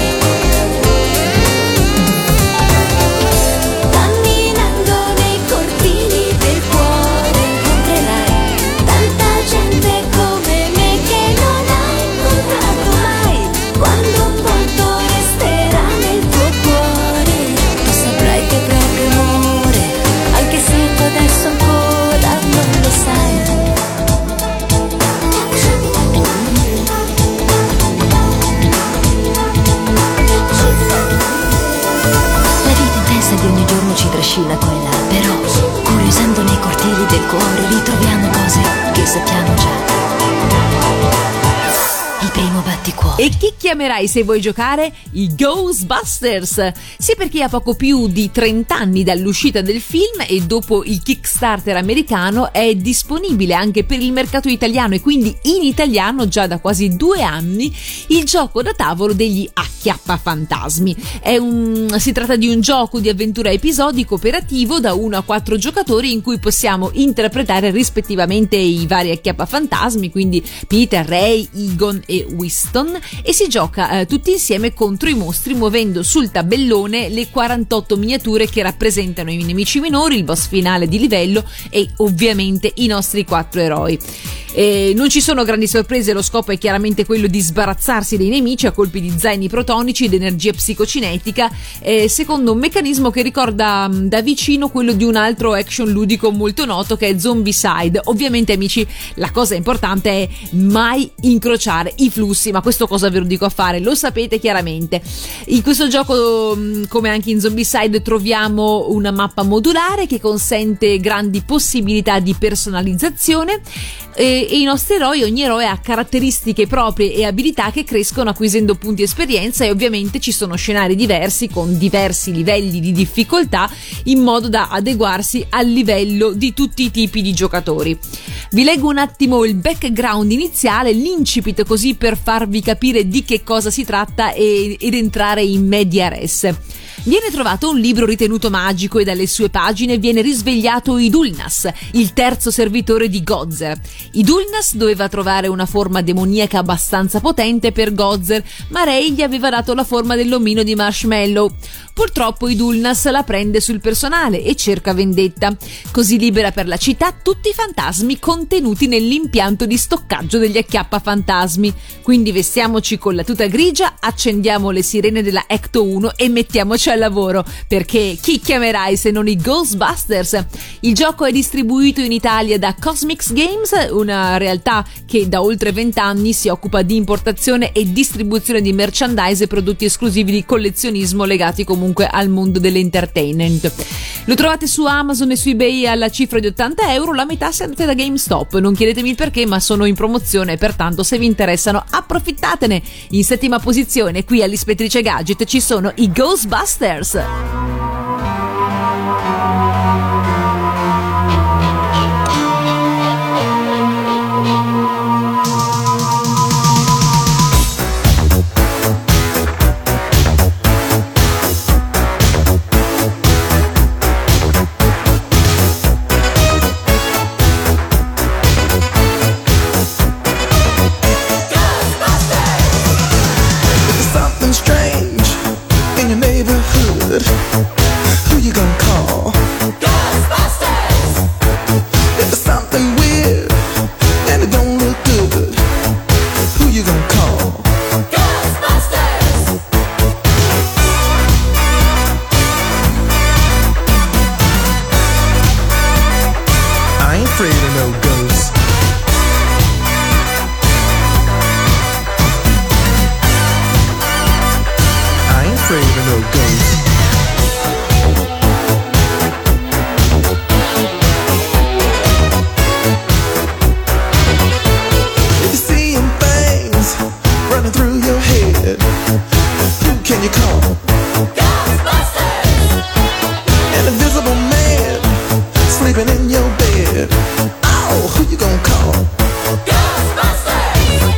Camminando nei cortili del cuore incontrerai tanta gente come me che non hai incontrato mai. Quando un volto resterà nel tuo cuore, tu saprai che è proprio amore, anche se tu adesso ancora non lo sai. La vita intensa di ogni giorno ci trascina qua e là, però curiosando nei cortili del cuore ritroviamo cose che sappiamo già. Il primo batticuore. E chi chiamerai se vuoi giocare? I Ghostbusters. Sì, perché a poco più di trenta anni dall'uscita del film e dopo il Kickstarter americano è disponibile anche per il mercato italiano e quindi in italiano già da quasi due anni il gioco da tavolo degli Acchiappafantasmi. È un, si tratta di un gioco di avventura episodico operativo da uno a quattro giocatori in cui possiamo interpretare rispettivamente i vari Acchiappafantasmi, quindi Peter, Ray, Egon e Winston, e si gioca eh, tutti insieme contro i mostri muovendo sul tabellone le quarantotto miniature che rappresentano i nemici minori, il boss finale di livello e ovviamente i nostri quattro eroi. Eh, non ci sono grandi sorprese, lo scopo è chiaramente quello di sbarazzarsi dei nemici a colpi di zaini protonici ed energia psicocinetica, eh, secondo un meccanismo che ricorda mh, da vicino quello di un altro action ludico molto noto che è Zombicide. Ovviamente, amici, la cosa importante è mai incrociare i flussi, ma questo cosa ve lo dico a fare? Lo sapete chiaramente. In questo gioco, mh, come anche in Zombicide, troviamo una mappa modulare che consente grandi possibilità di personalizzazione. Eh, e, e i nostri eroi, ogni eroe ha caratteristiche proprie e abilità che crescono acquisendo punti esperienza, e ovviamente ci sono scenari diversi con diversi livelli di difficoltà in modo da adeguarsi al livello di tutti i tipi di giocatori. Vi leggo un attimo il background iniziale, l'incipit, così per farvi capire di che cosa si tratta e, ed entrare in media res. Viene trovato un libro ritenuto magico e dalle sue pagine viene risvegliato Idulnas, il terzo servitore di Gozer. Idulnas doveva trovare una forma demoniaca abbastanza potente per Gozer, ma Rey gli aveva dato la forma dell'omino di Marshmallow. Purtroppo Idulnas la prende sul personale e cerca vendetta. Così libera per la città tutti i fantasmi contenuti nell'impianto di stoccaggio degli acchiappafantasmi. Quindi vestiamoci con la tuta grigia, accendiamo le sirene della Ecto uno e mettiamoci al lavoro, perché chi chiamerai se non i Ghostbusters? Il gioco è distribuito in Italia da Cosmix Games, una realtà che da oltre vent'anni si occupa di importazione e distribuzione di merchandise e prodotti esclusivi di collezionismo legati comunque al mondo dell'entertainment. Lo trovate su Amazon e su eBay alla cifra di ottanta euro, la metà se andate da GameStop. Non chiedetemi il perché, ma sono in promozione, pertanto se vi interessano approfittatene. In settima posizione qui all'Ispettrice Gadget ci sono i Ghostbusters. Who you gonna call? Ghostbusters! If there's something weird and it don't look good, who you gonna call? Ghostbusters! I ain't afraid of no ghosts. I ain't afraid of no ghosts. Through your head, who can you call? Ghostbusters! An invisible man sleeping in your bed. Oh, who you gonna call? Ghostbusters!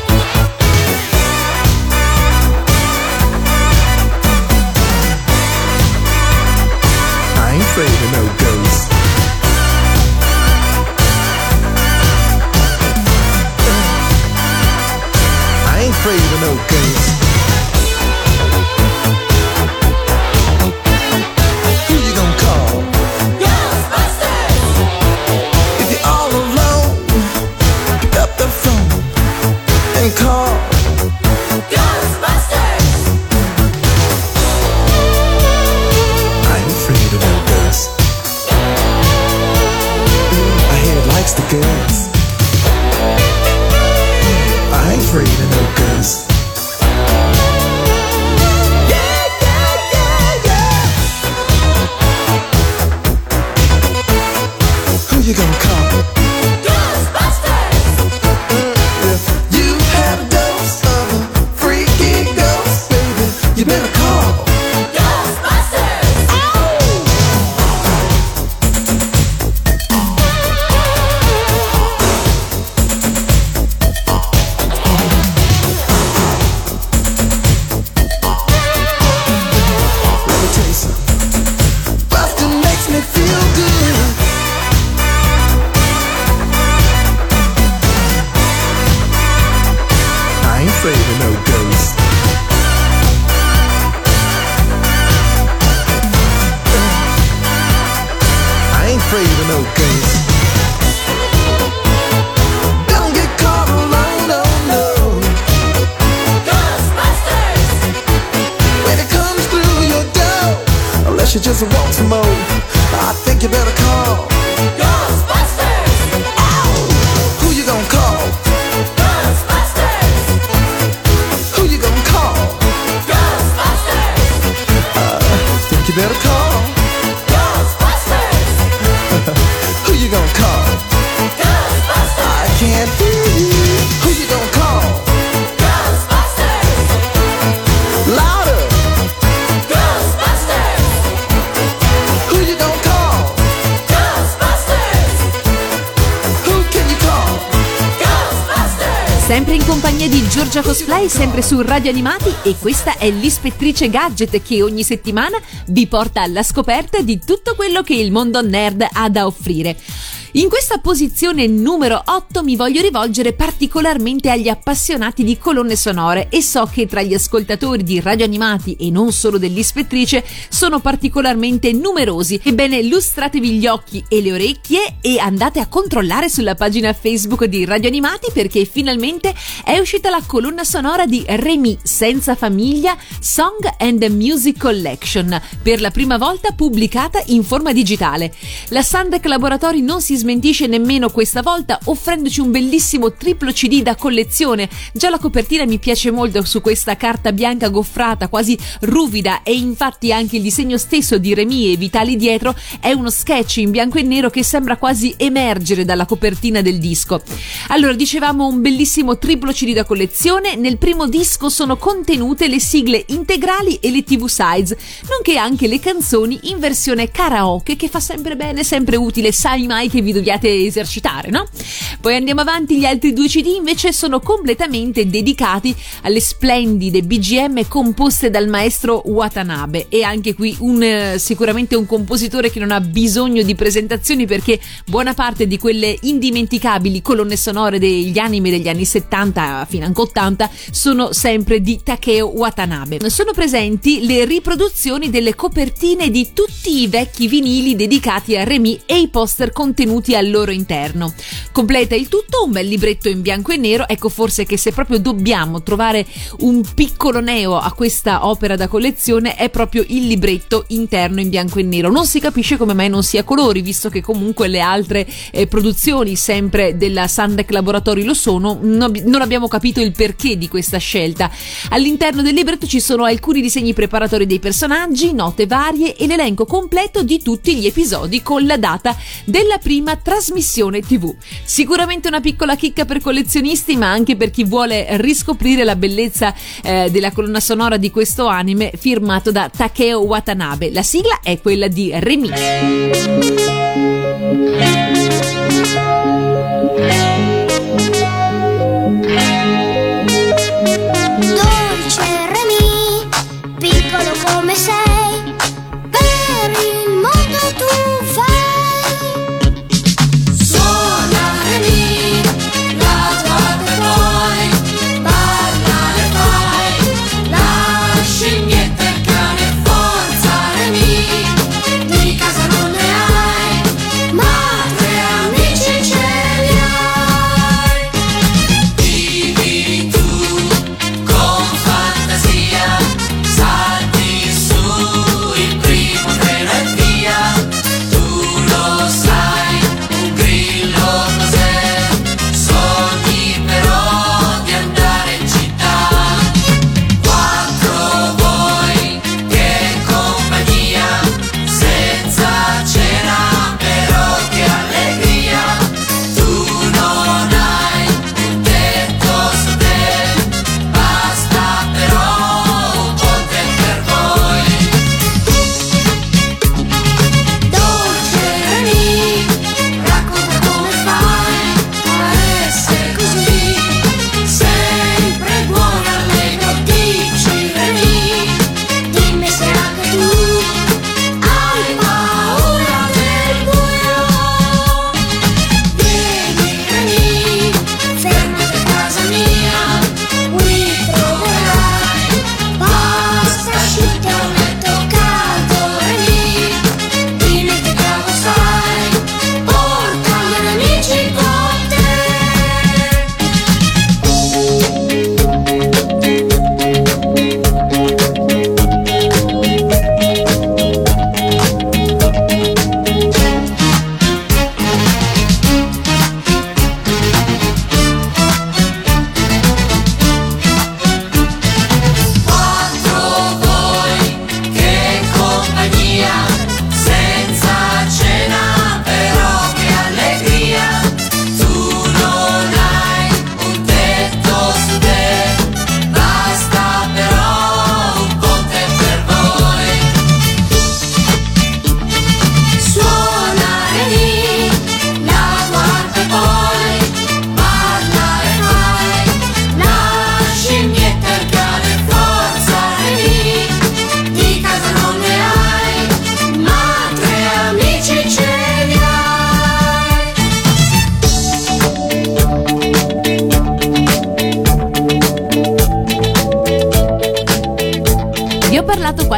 I ain't afraid of no ghosts. I ain't afraid of no ghosts. Who you gonna call? Ghostbusters! If you're all alone, pick up the phone and call Ghostbusters! I ain't afraid of no ghosts. My head likes the girls. I ain't afraid of no ghosts. Yeah, yeah, yeah, yeah. Who you gonna call? Ghostbusters! If you had a dose of a freaky ghost, baby, you better call Ghostbusters! Oh! Afraid of no ghosts. I ain't afraid of no ghosts. Don't get caught alone, no, no. Ghostbusters! When it comes through your door, unless you just want some more, I think you better call Ghostbusters! Ow! Who you gonna call? You better call Ghostbusters. Who you gonna call? Ghostbusters. I can't hear Sempre in compagnia di Giorgia Cosplay, sempre su Radio Animati, e questa è l'Ispettrice Gadget che ogni settimana vi porta alla scoperta di tutto quello che il mondo nerd ha da offrire. In questa posizione numero otto mi voglio rivolgere particolarmente agli appassionati di colonne sonore, e so che tra gli ascoltatori di Radio Animati e non solo dell'Ispettrice sono particolarmente numerosi. Ebbene, lustratevi gli occhi e le orecchie e andate a controllare sulla pagina Facebook di Radio Animati, perché finalmente è uscita la colonna sonora di Remy Senza Famiglia Song and Music Collection, per la prima volta pubblicata in forma digitale. La Soundtrack Laboratory non si smentisce nemmeno questa volta, offrendoci un bellissimo triplo C D da collezione. Già la copertina mi piace molto, su questa carta bianca goffrata quasi ruvida, e infatti anche il disegno stesso di Remy e Vitali dietro è uno sketch in bianco e nero che sembra quasi emergere dalla copertina del disco. Allora, dicevamo un bellissimo triplo C D da collezione. Nel primo disco sono contenute le sigle integrali e le tivù sides, nonché anche le canzoni in versione karaoke, che fa sempre bene, sempre utile, sai mai che vi dobbiate esercitare, no? Poi andiamo avanti, gli altri due C D invece sono completamente dedicati alle splendide B G M composte dal maestro Watanabe, e anche qui un eh, sicuramente un compositore che non ha bisogno di presentazioni, perché buona parte di quelle indimenticabili colonne sonore degli anime degli anni settanta fino anche ottanta sono sempre di Takeo Watanabe. Sono presenti le riproduzioni delle copertine di tutti i vecchi vinili dedicati a Remy e i poster contenuti al loro interno. Completa il tutto un bel libretto in bianco e nero. Ecco, forse che se proprio dobbiamo trovare un piccolo neo a questa opera da collezione è proprio il libretto interno in bianco e nero. Non si capisce come mai non sia a colori, visto che comunque le altre eh, produzioni sempre della Soundtrack Laboratory lo sono. Non, non abbiamo capito il perché di questa scelta. All'interno del libretto ci sono alcuni disegni preparatori dei personaggi, note varie e l'elenco completo di tutti gli episodi con la data della prima trasmissione tivù. Sicuramente una piccola chicca per collezionisti, ma anche per chi vuole riscoprire la bellezza eh, della colonna sonora di questo anime firmato da Takeo Watanabe. La sigla è quella di Remy. Dolce Remy, piccolo come sei, per il mondo tu fai. Di casa non ne hai, madre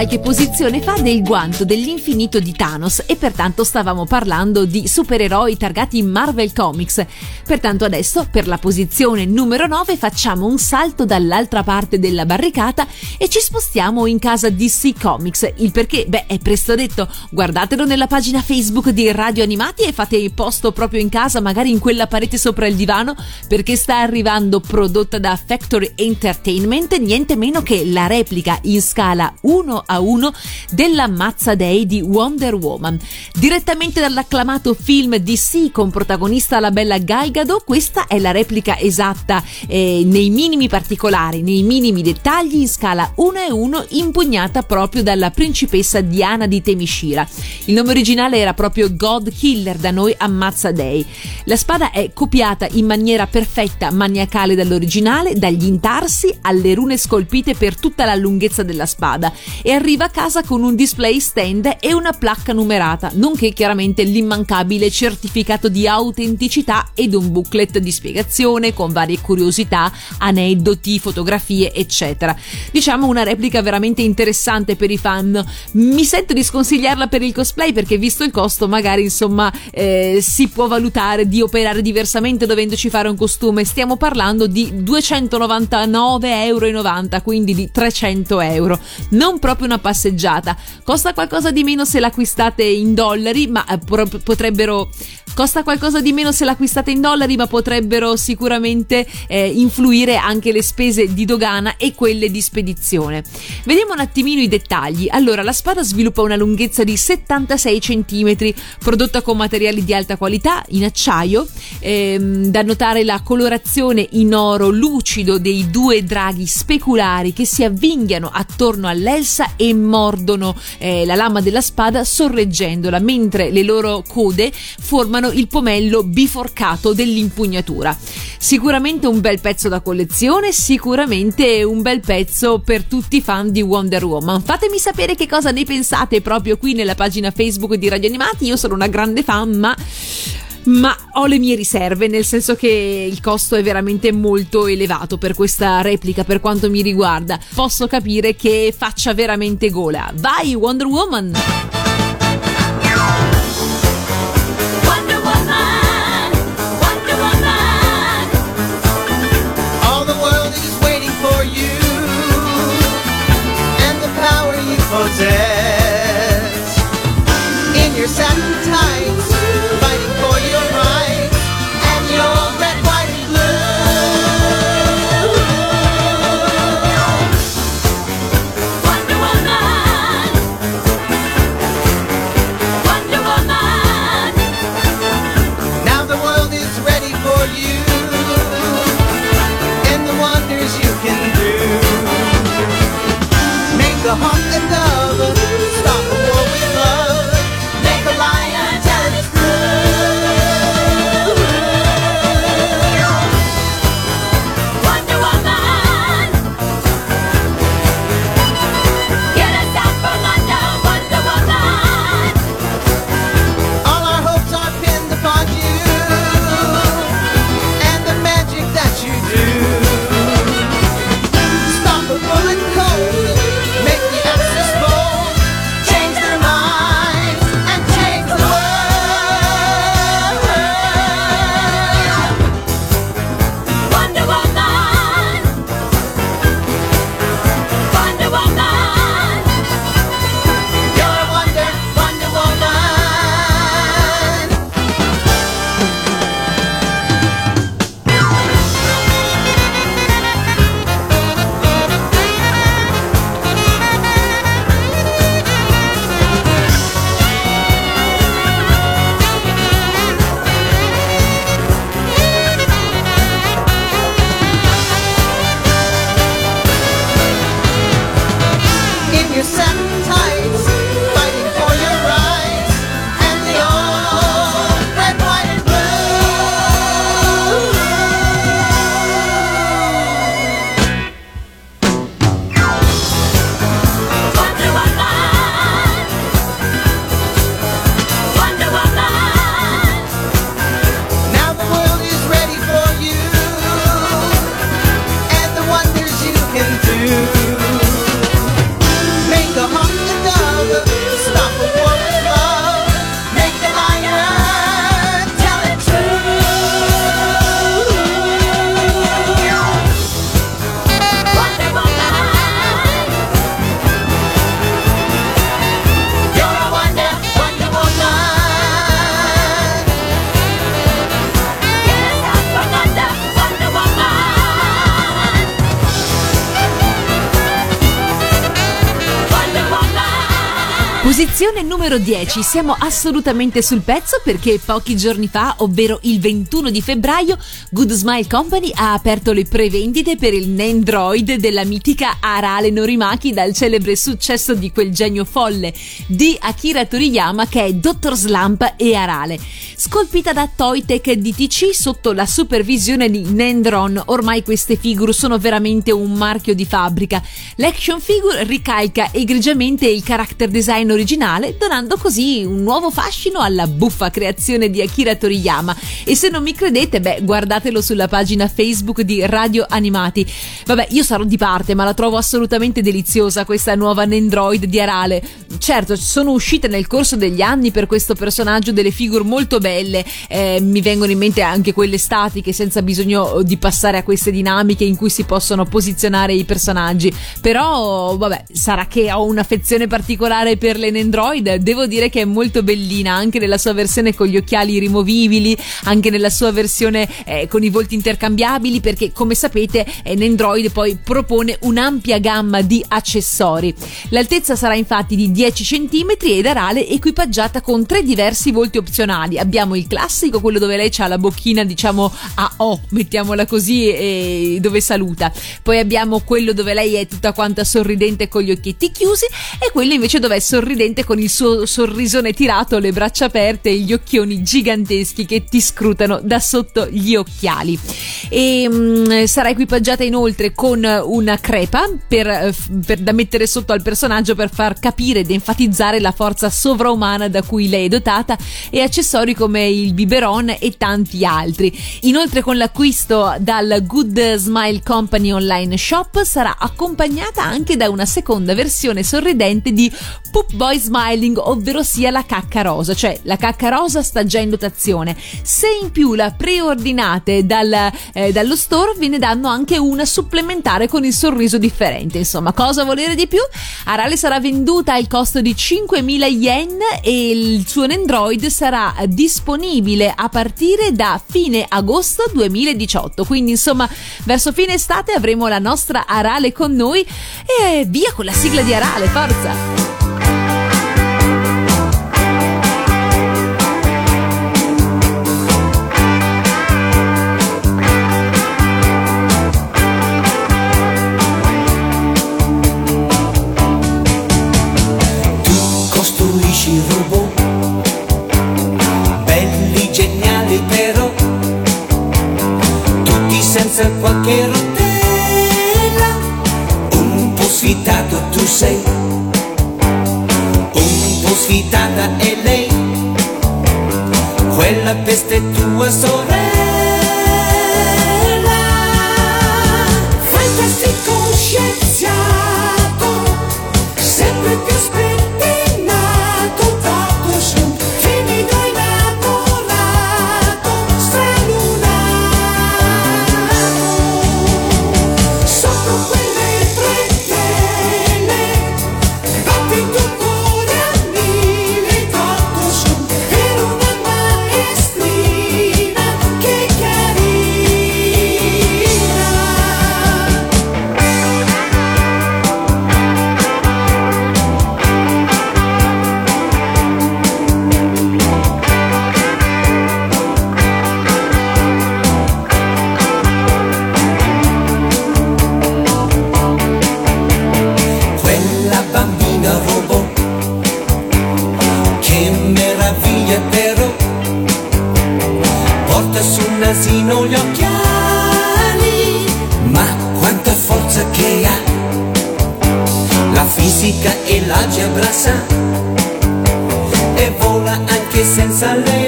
sai che posizione fa del guanto dell'infinito di Thanos e pertanto stavamo parlando di supereroi targati Marvel Comics. Pertanto adesso per la posizione numero nove facciamo un salto dall'altra parte della barricata e ci spostiamo in casa D C Comics. Il perché? Beh, è presto detto, guardatelo nella pagina Facebook di Radio Animati e fate il posto proprio in casa, magari in quella parete sopra il divano, perché sta arrivando, prodotta da Factory Entertainment, niente meno che la replica in scala uno a uno della Mazza Day di Wonder Woman. Direttamente dall'acclamato film D C con protagonista la bella Gal Gadot, questa è la replica esatta eh, nei minimi particolari, nei minimi dettagli, in scala uno a uno, impugnata proprio dalla principessa Diana di Themyscira. Il nome originale era proprio God Killer, da noi a Mazza Day. La spada è copiata in maniera perfetta, maniacale dall'originale, dagli intarsi alle rune scolpite per tutta la lunghezza della spada, e arriva a casa con un display stand e una placca numerata, nonché chiaramente l'immancabile certificato di autenticità ed un booklet di spiegazione con varie curiosità, aneddoti, fotografie, eccetera. Diciamo una replica veramente interessante per i fan. Mi sento di sconsigliarla per il cosplay perché, visto il costo, magari insomma eh, si può valutare di operare diversamente dovendoci fare un costume. Stiamo parlando di duecentonovantanove e novanta euro, quindi di trecento euro. Non proprio una passeggiata. Costa qualcosa di meno se l'acquistate in dollari, ma eh, potrebbero costa qualcosa di meno se l'acquistate in dollari, ma potrebbero sicuramente eh, influire anche le spese di dogana e quelle di spedizione. Vediamo un attimino i dettagli. Allora, la spada sviluppa una lunghezza di settantasei centimetri, prodotta con materiali di alta qualità in acciaio. Ehm, da notare la colorazione in oro lucido dei due draghi speculari che si avvinghiano attorno all'elsa e mordono eh, la lama della spada sorreggendola, mentre le loro code formano il pomello biforcato dell'impugnatura. Sicuramente un bel pezzo da collezione, sicuramente un bel pezzo per tutti i fan di Wonder Woman. Fatemi sapere che cosa ne pensate proprio qui nella pagina Facebook di Radio Animati. Io sono una grande fan, ma ma ho le mie riserve, nel senso che il costo è veramente molto elevato per questa replica. Per quanto mi riguarda, posso capire che faccia veramente gola. Vai Wonder Woman! Possess in your satin tights, fighting for your rights and your red, white, and blue. Wonder Woman, Posizione numero dieci, siamo assolutamente sul pezzo perché pochi giorni fa, ovvero il ventuno di febbraio, Good Smile Company ha aperto le prevendite per il Nendroid della mitica Arale Norimaki, dal celebre successo di quel genio folle di Akira Toriyama che è dottor Slump e Arale. Scolpita da Toytech D T C sotto la supervisione di Nendron, ormai queste figure sono veramente un marchio di fabbrica. L'action figure ricalca egregiamente il character design originale, donando così un nuovo fascino alla buffa creazione di Akira Toriyama. E se non mi credete, beh, guardatelo sulla pagina Facebook di Radio Animati. Vabbè, io sarò di parte, ma la trovo assolutamente deliziosa questa nuova Nendroid di Arale. Certo, sono uscite nel corso degli anni per questo personaggio delle figure molto belle, eh, mi vengono in mente anche quelle statiche senza bisogno di passare a queste dinamiche in cui si possono posizionare i personaggi. Però vabbè, sarà che ho un'affezione particolare per le Nendroid. Devo dire che è molto bellina anche nella sua versione con gli occhiali rimovibili, anche nella sua versione eh, con i volti intercambiabili, perché come sapete eh, Nendroid poi propone un'ampia gamma di accessori. L'altezza sarà infatti di dieci centimetri ed Arale equipaggiata con tre diversi volti opzionali. Abbiamo il classico, quello dove lei ha la bocchina diciamo a O, mettiamola così, e dove saluta. Poi abbiamo quello dove lei è tutta quanta sorridente con gli occhietti chiusi, e quello invece dove è sorridente con il suo sorrisone tirato, le braccia aperte e gli occhioni giganteschi che ti scrutano da sotto gli occhiali. E mh, sarà equipaggiata inoltre con una crepa per, per da mettere sotto al personaggio per far capire ed enfatizzare la forza sovraumana da cui lei è dotata, e accessori come il biberon e tanti altri. Inoltre con l'acquisto dal Good Smile Company online shop sarà accompagnata anche da una seconda versione sorridente di Poop Boy Smiling, ovvero sia la cacca rosa, cioè la cacca rosa sta già in dotazione. Se in più la preordinate dal, eh, dallo store ve ne danno anche una supplementare con il sorriso differente. Insomma, cosa volere di più? Arale sarà venduta al costo di cinquemila yen e il suo Nendroid sarà disponibile a partire da fine agosto duemiladiciotto, quindi insomma verso fine estate avremo la nostra Arale con noi. E via con la sigla di Arale, forza! Costruisci robot belli, geniali però, tutti senza qualche rotella. Un po' sfidato tu sei, un po' sfidata è lei, quella peste tua sorella. Fantastico scienziato, sempre più spento, nasino gli occhiali, ma quanta forza che ha, la fisica e l'algebra sa, e vola anche senza le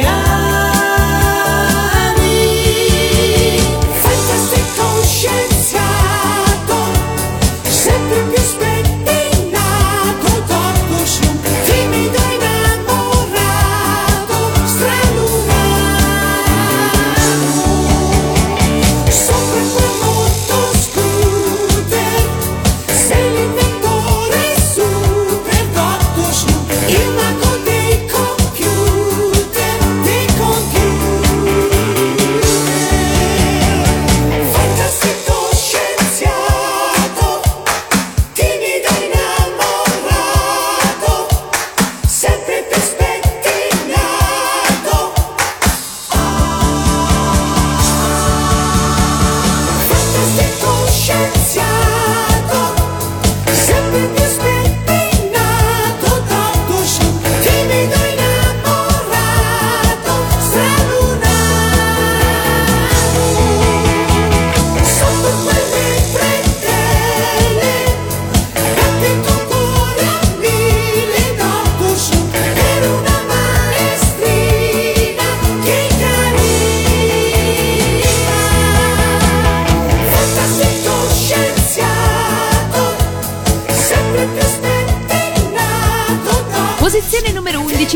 ali. Fantastico scienziato, sempre più spettinato, Doctor Show, timido innamorato, stralunato. Il mago dei computer, dei computer.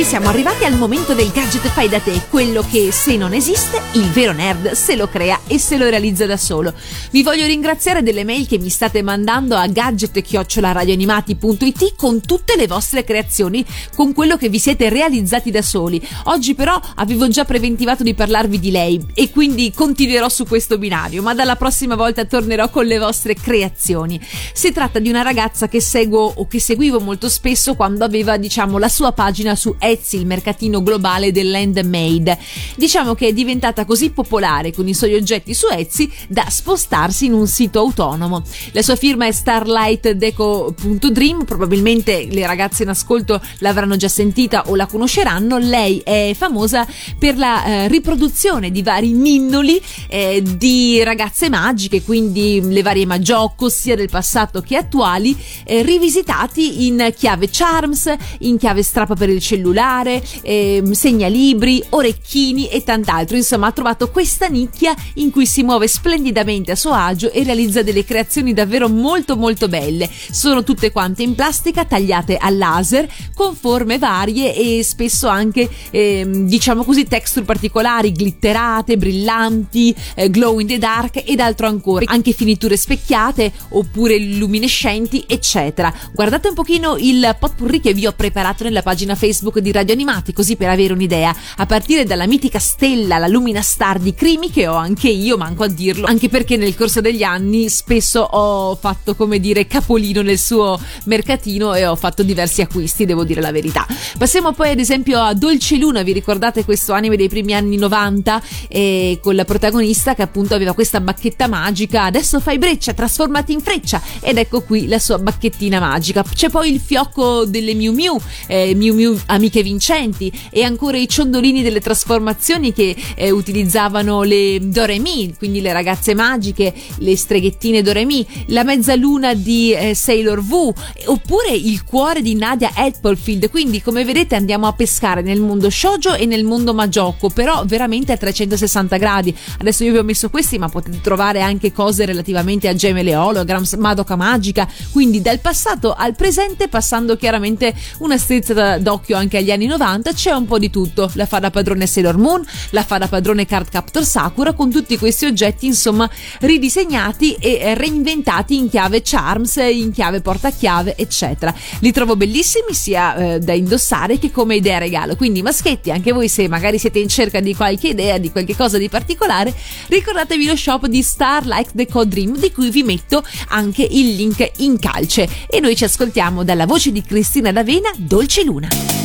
siamo arrivati al momento del gadget fai da te, quello che se non esiste, il vero nerd se lo crea e se lo realizza da solo. Vi voglio ringraziare delle mail che mi state mandando a gadget chiocciola radioanimati punto it con tutte le vostre creazioni, con quello che vi siete realizzati da soli. Oggi però avevo già preventivato di parlarvi di lei e quindi continuerò su questo binario, ma dalla prossima volta tornerò con le vostre creazioni. Si tratta di una ragazza che seguo o che seguivo molto spesso quando aveva, diciamo, la sua pagina su Etsy, il mercatino globale dell'handmade. Diciamo che è diventata così popolare con i suoi oggetti su Etsy da spostarsi in un sito autonomo. La sua firma è starlight deco punto dream, probabilmente le ragazze in ascolto l'avranno già sentita o la conosceranno. Lei è famosa per la eh, riproduzione di vari ninnoli eh, di ragazze magiche, quindi le varie magiocco sia del passato che attuali, eh, rivisitati in chiave charms, in chiave strappa per il cellulare, eh, segnalibri, orecchini e tant'altro. Insomma, ha trovato questa nicchia in cui si muove splendidamente a suo agio e realizza delle creazioni davvero molto molto belle. Sono tutte quante in plastica, tagliate a laser, con forme varie e spesso anche eh, diciamo così texture particolari, glitterate, brillanti, eh, glow in the dark ed altro ancora, anche finiture specchiate oppure luminescenti eccetera. Guardate un pochino il potpourri che vi ho preparato nella pagina Facebook di Radio Animati, così per avere un'idea, a partire dalla mitica stella, la Lumina Star di Crimi, che ho anche io, manco a dirlo, anche perché nel corso degli anni spesso ho fatto, come dire, capolino nel suo mercatino e ho fatto diversi acquisti, devo dire la verità. Passiamo poi ad esempio a Dolce Luna. Vi ricordate questo anime dei primi anni novanta eh, con la protagonista che appunto aveva questa bacchetta magica? Adesso fai breccia, trasformati in freccia, ed ecco qui la sua bacchettina magica. C'è poi il fiocco delle Miu Miu, eh, Miu Miu amiche vincenti, e ancora i ciondolini delle trasformazioni che eh, utilizzavano le Doremi, quindi le ragazze magiche, le streghettine Doremi, la mezzaluna di eh, Sailor V, oppure il cuore di Nadia Hetfield. Quindi, come vedete, andiamo a pescare nel mondo shoujo e nel mondo magiocco, però veramente a trecentosessanta gradi. Adesso io vi ho messo questi, ma potete trovare anche cose relativamente a Gemele Holograms, Madoka Magica, quindi dal passato al presente, passando chiaramente una strizzata d'occhio anche agli anni novanta. C'è un po' di tutto: la fa da padrone Sailor Moon, la fa da padrone Cardcaptor Sakura, con tutti questi oggetti insomma ridisegnati e reinventati in chiave charms, in chiave portachiave eccetera. Li trovo bellissimi sia eh, da indossare che come idea regalo, quindi maschetti, anche voi se magari siete in cerca di qualche idea, di qualche cosa di particolare, ricordatevi lo shop di Starlight Deco Dream, di cui vi metto anche il link in calce. E noi ci ascoltiamo dalla voce di Cristina D'Avena, Dolce Luna.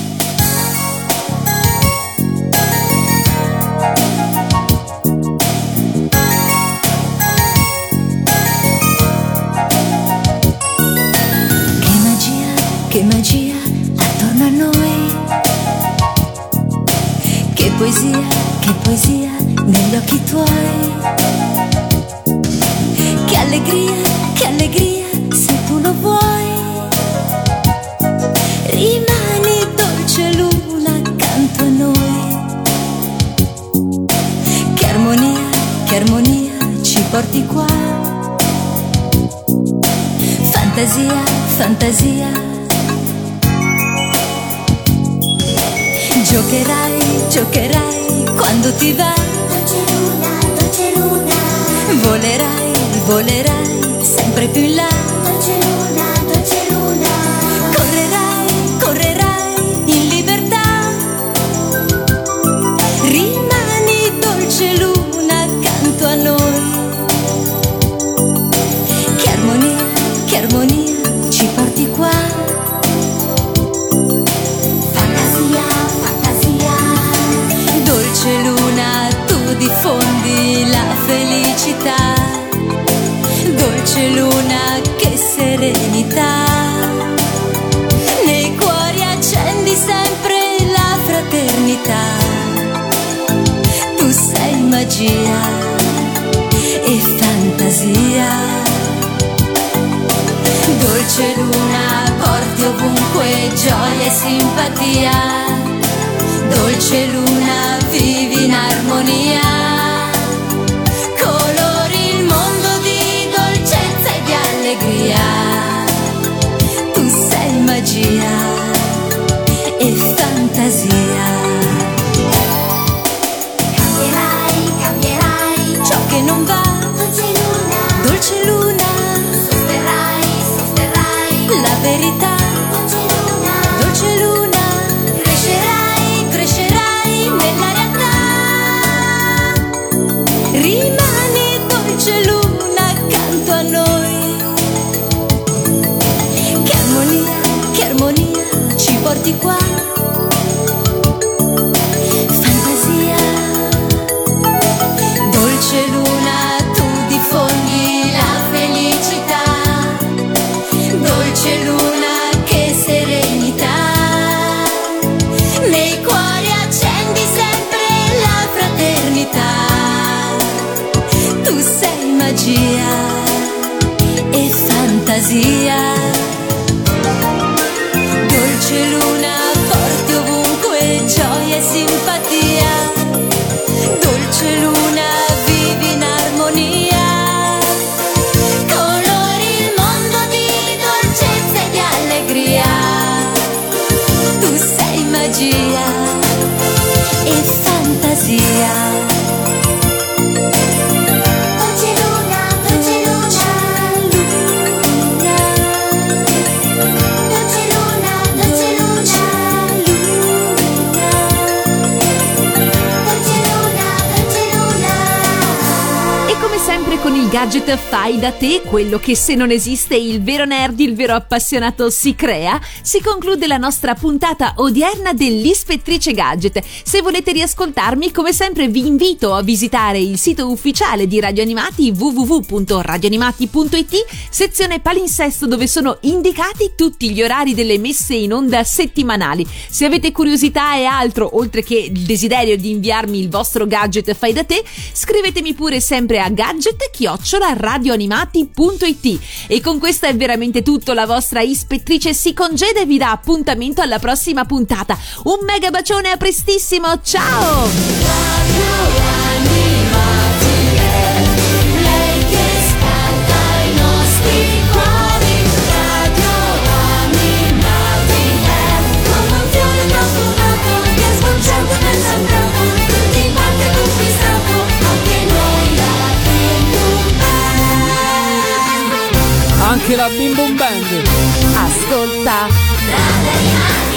Che magia attorno a noi, che poesia, che poesia negli occhi tuoi, che allegria, che allegria se tu lo vuoi, rimani dolce luna accanto a noi, che armonia, che armonia ci porti qua, fantasia, fantasia. Giocherai, giocherai quando ti va. Dolce luna, dolce luna. Volerai, volerai sempre più in là. Dolce luna, dolce luna. Correrai, correrai in libertà. Rimani dolce luna accanto a noi. Che armonia, che armonia ci porti qua. Dolce luna, tu diffondi la felicità. Dolce luna, che serenità. Nei cuori accendi sempre la fraternità. Tu sei magia e fantasia. Dolce luna, porti ovunque gioia e simpatia. Dolce luna, vivi in armonia, colori il mondo di dolcezza e di allegria. Tu sei magia e fantasia. con il gadget Fai da te, quello che se non esiste il vero nerd, il vero appassionato si crea, si conclude la nostra puntata odierna dell'Ispettrice Gadget. Se volete riascoltarmi, come sempre vi invito a visitare il sito ufficiale di Radio Animati w w w punto radioanimati punto i t, sezione palinsesto, dove sono indicati tutti gli orari delle messe in onda settimanali. Se avete curiosità e altro, oltre che il desiderio di inviarmi il vostro gadget Fai da te, scrivetemi pure sempre a gadget chiocciola radioanimati punto i t. E con questo è veramente tutto, la vostra ispettrice si congeda e vi dà appuntamento alla prossima puntata. Un mega bacione, a prestissimo, ciao! Anche la Bim Bum Band. Ascolta.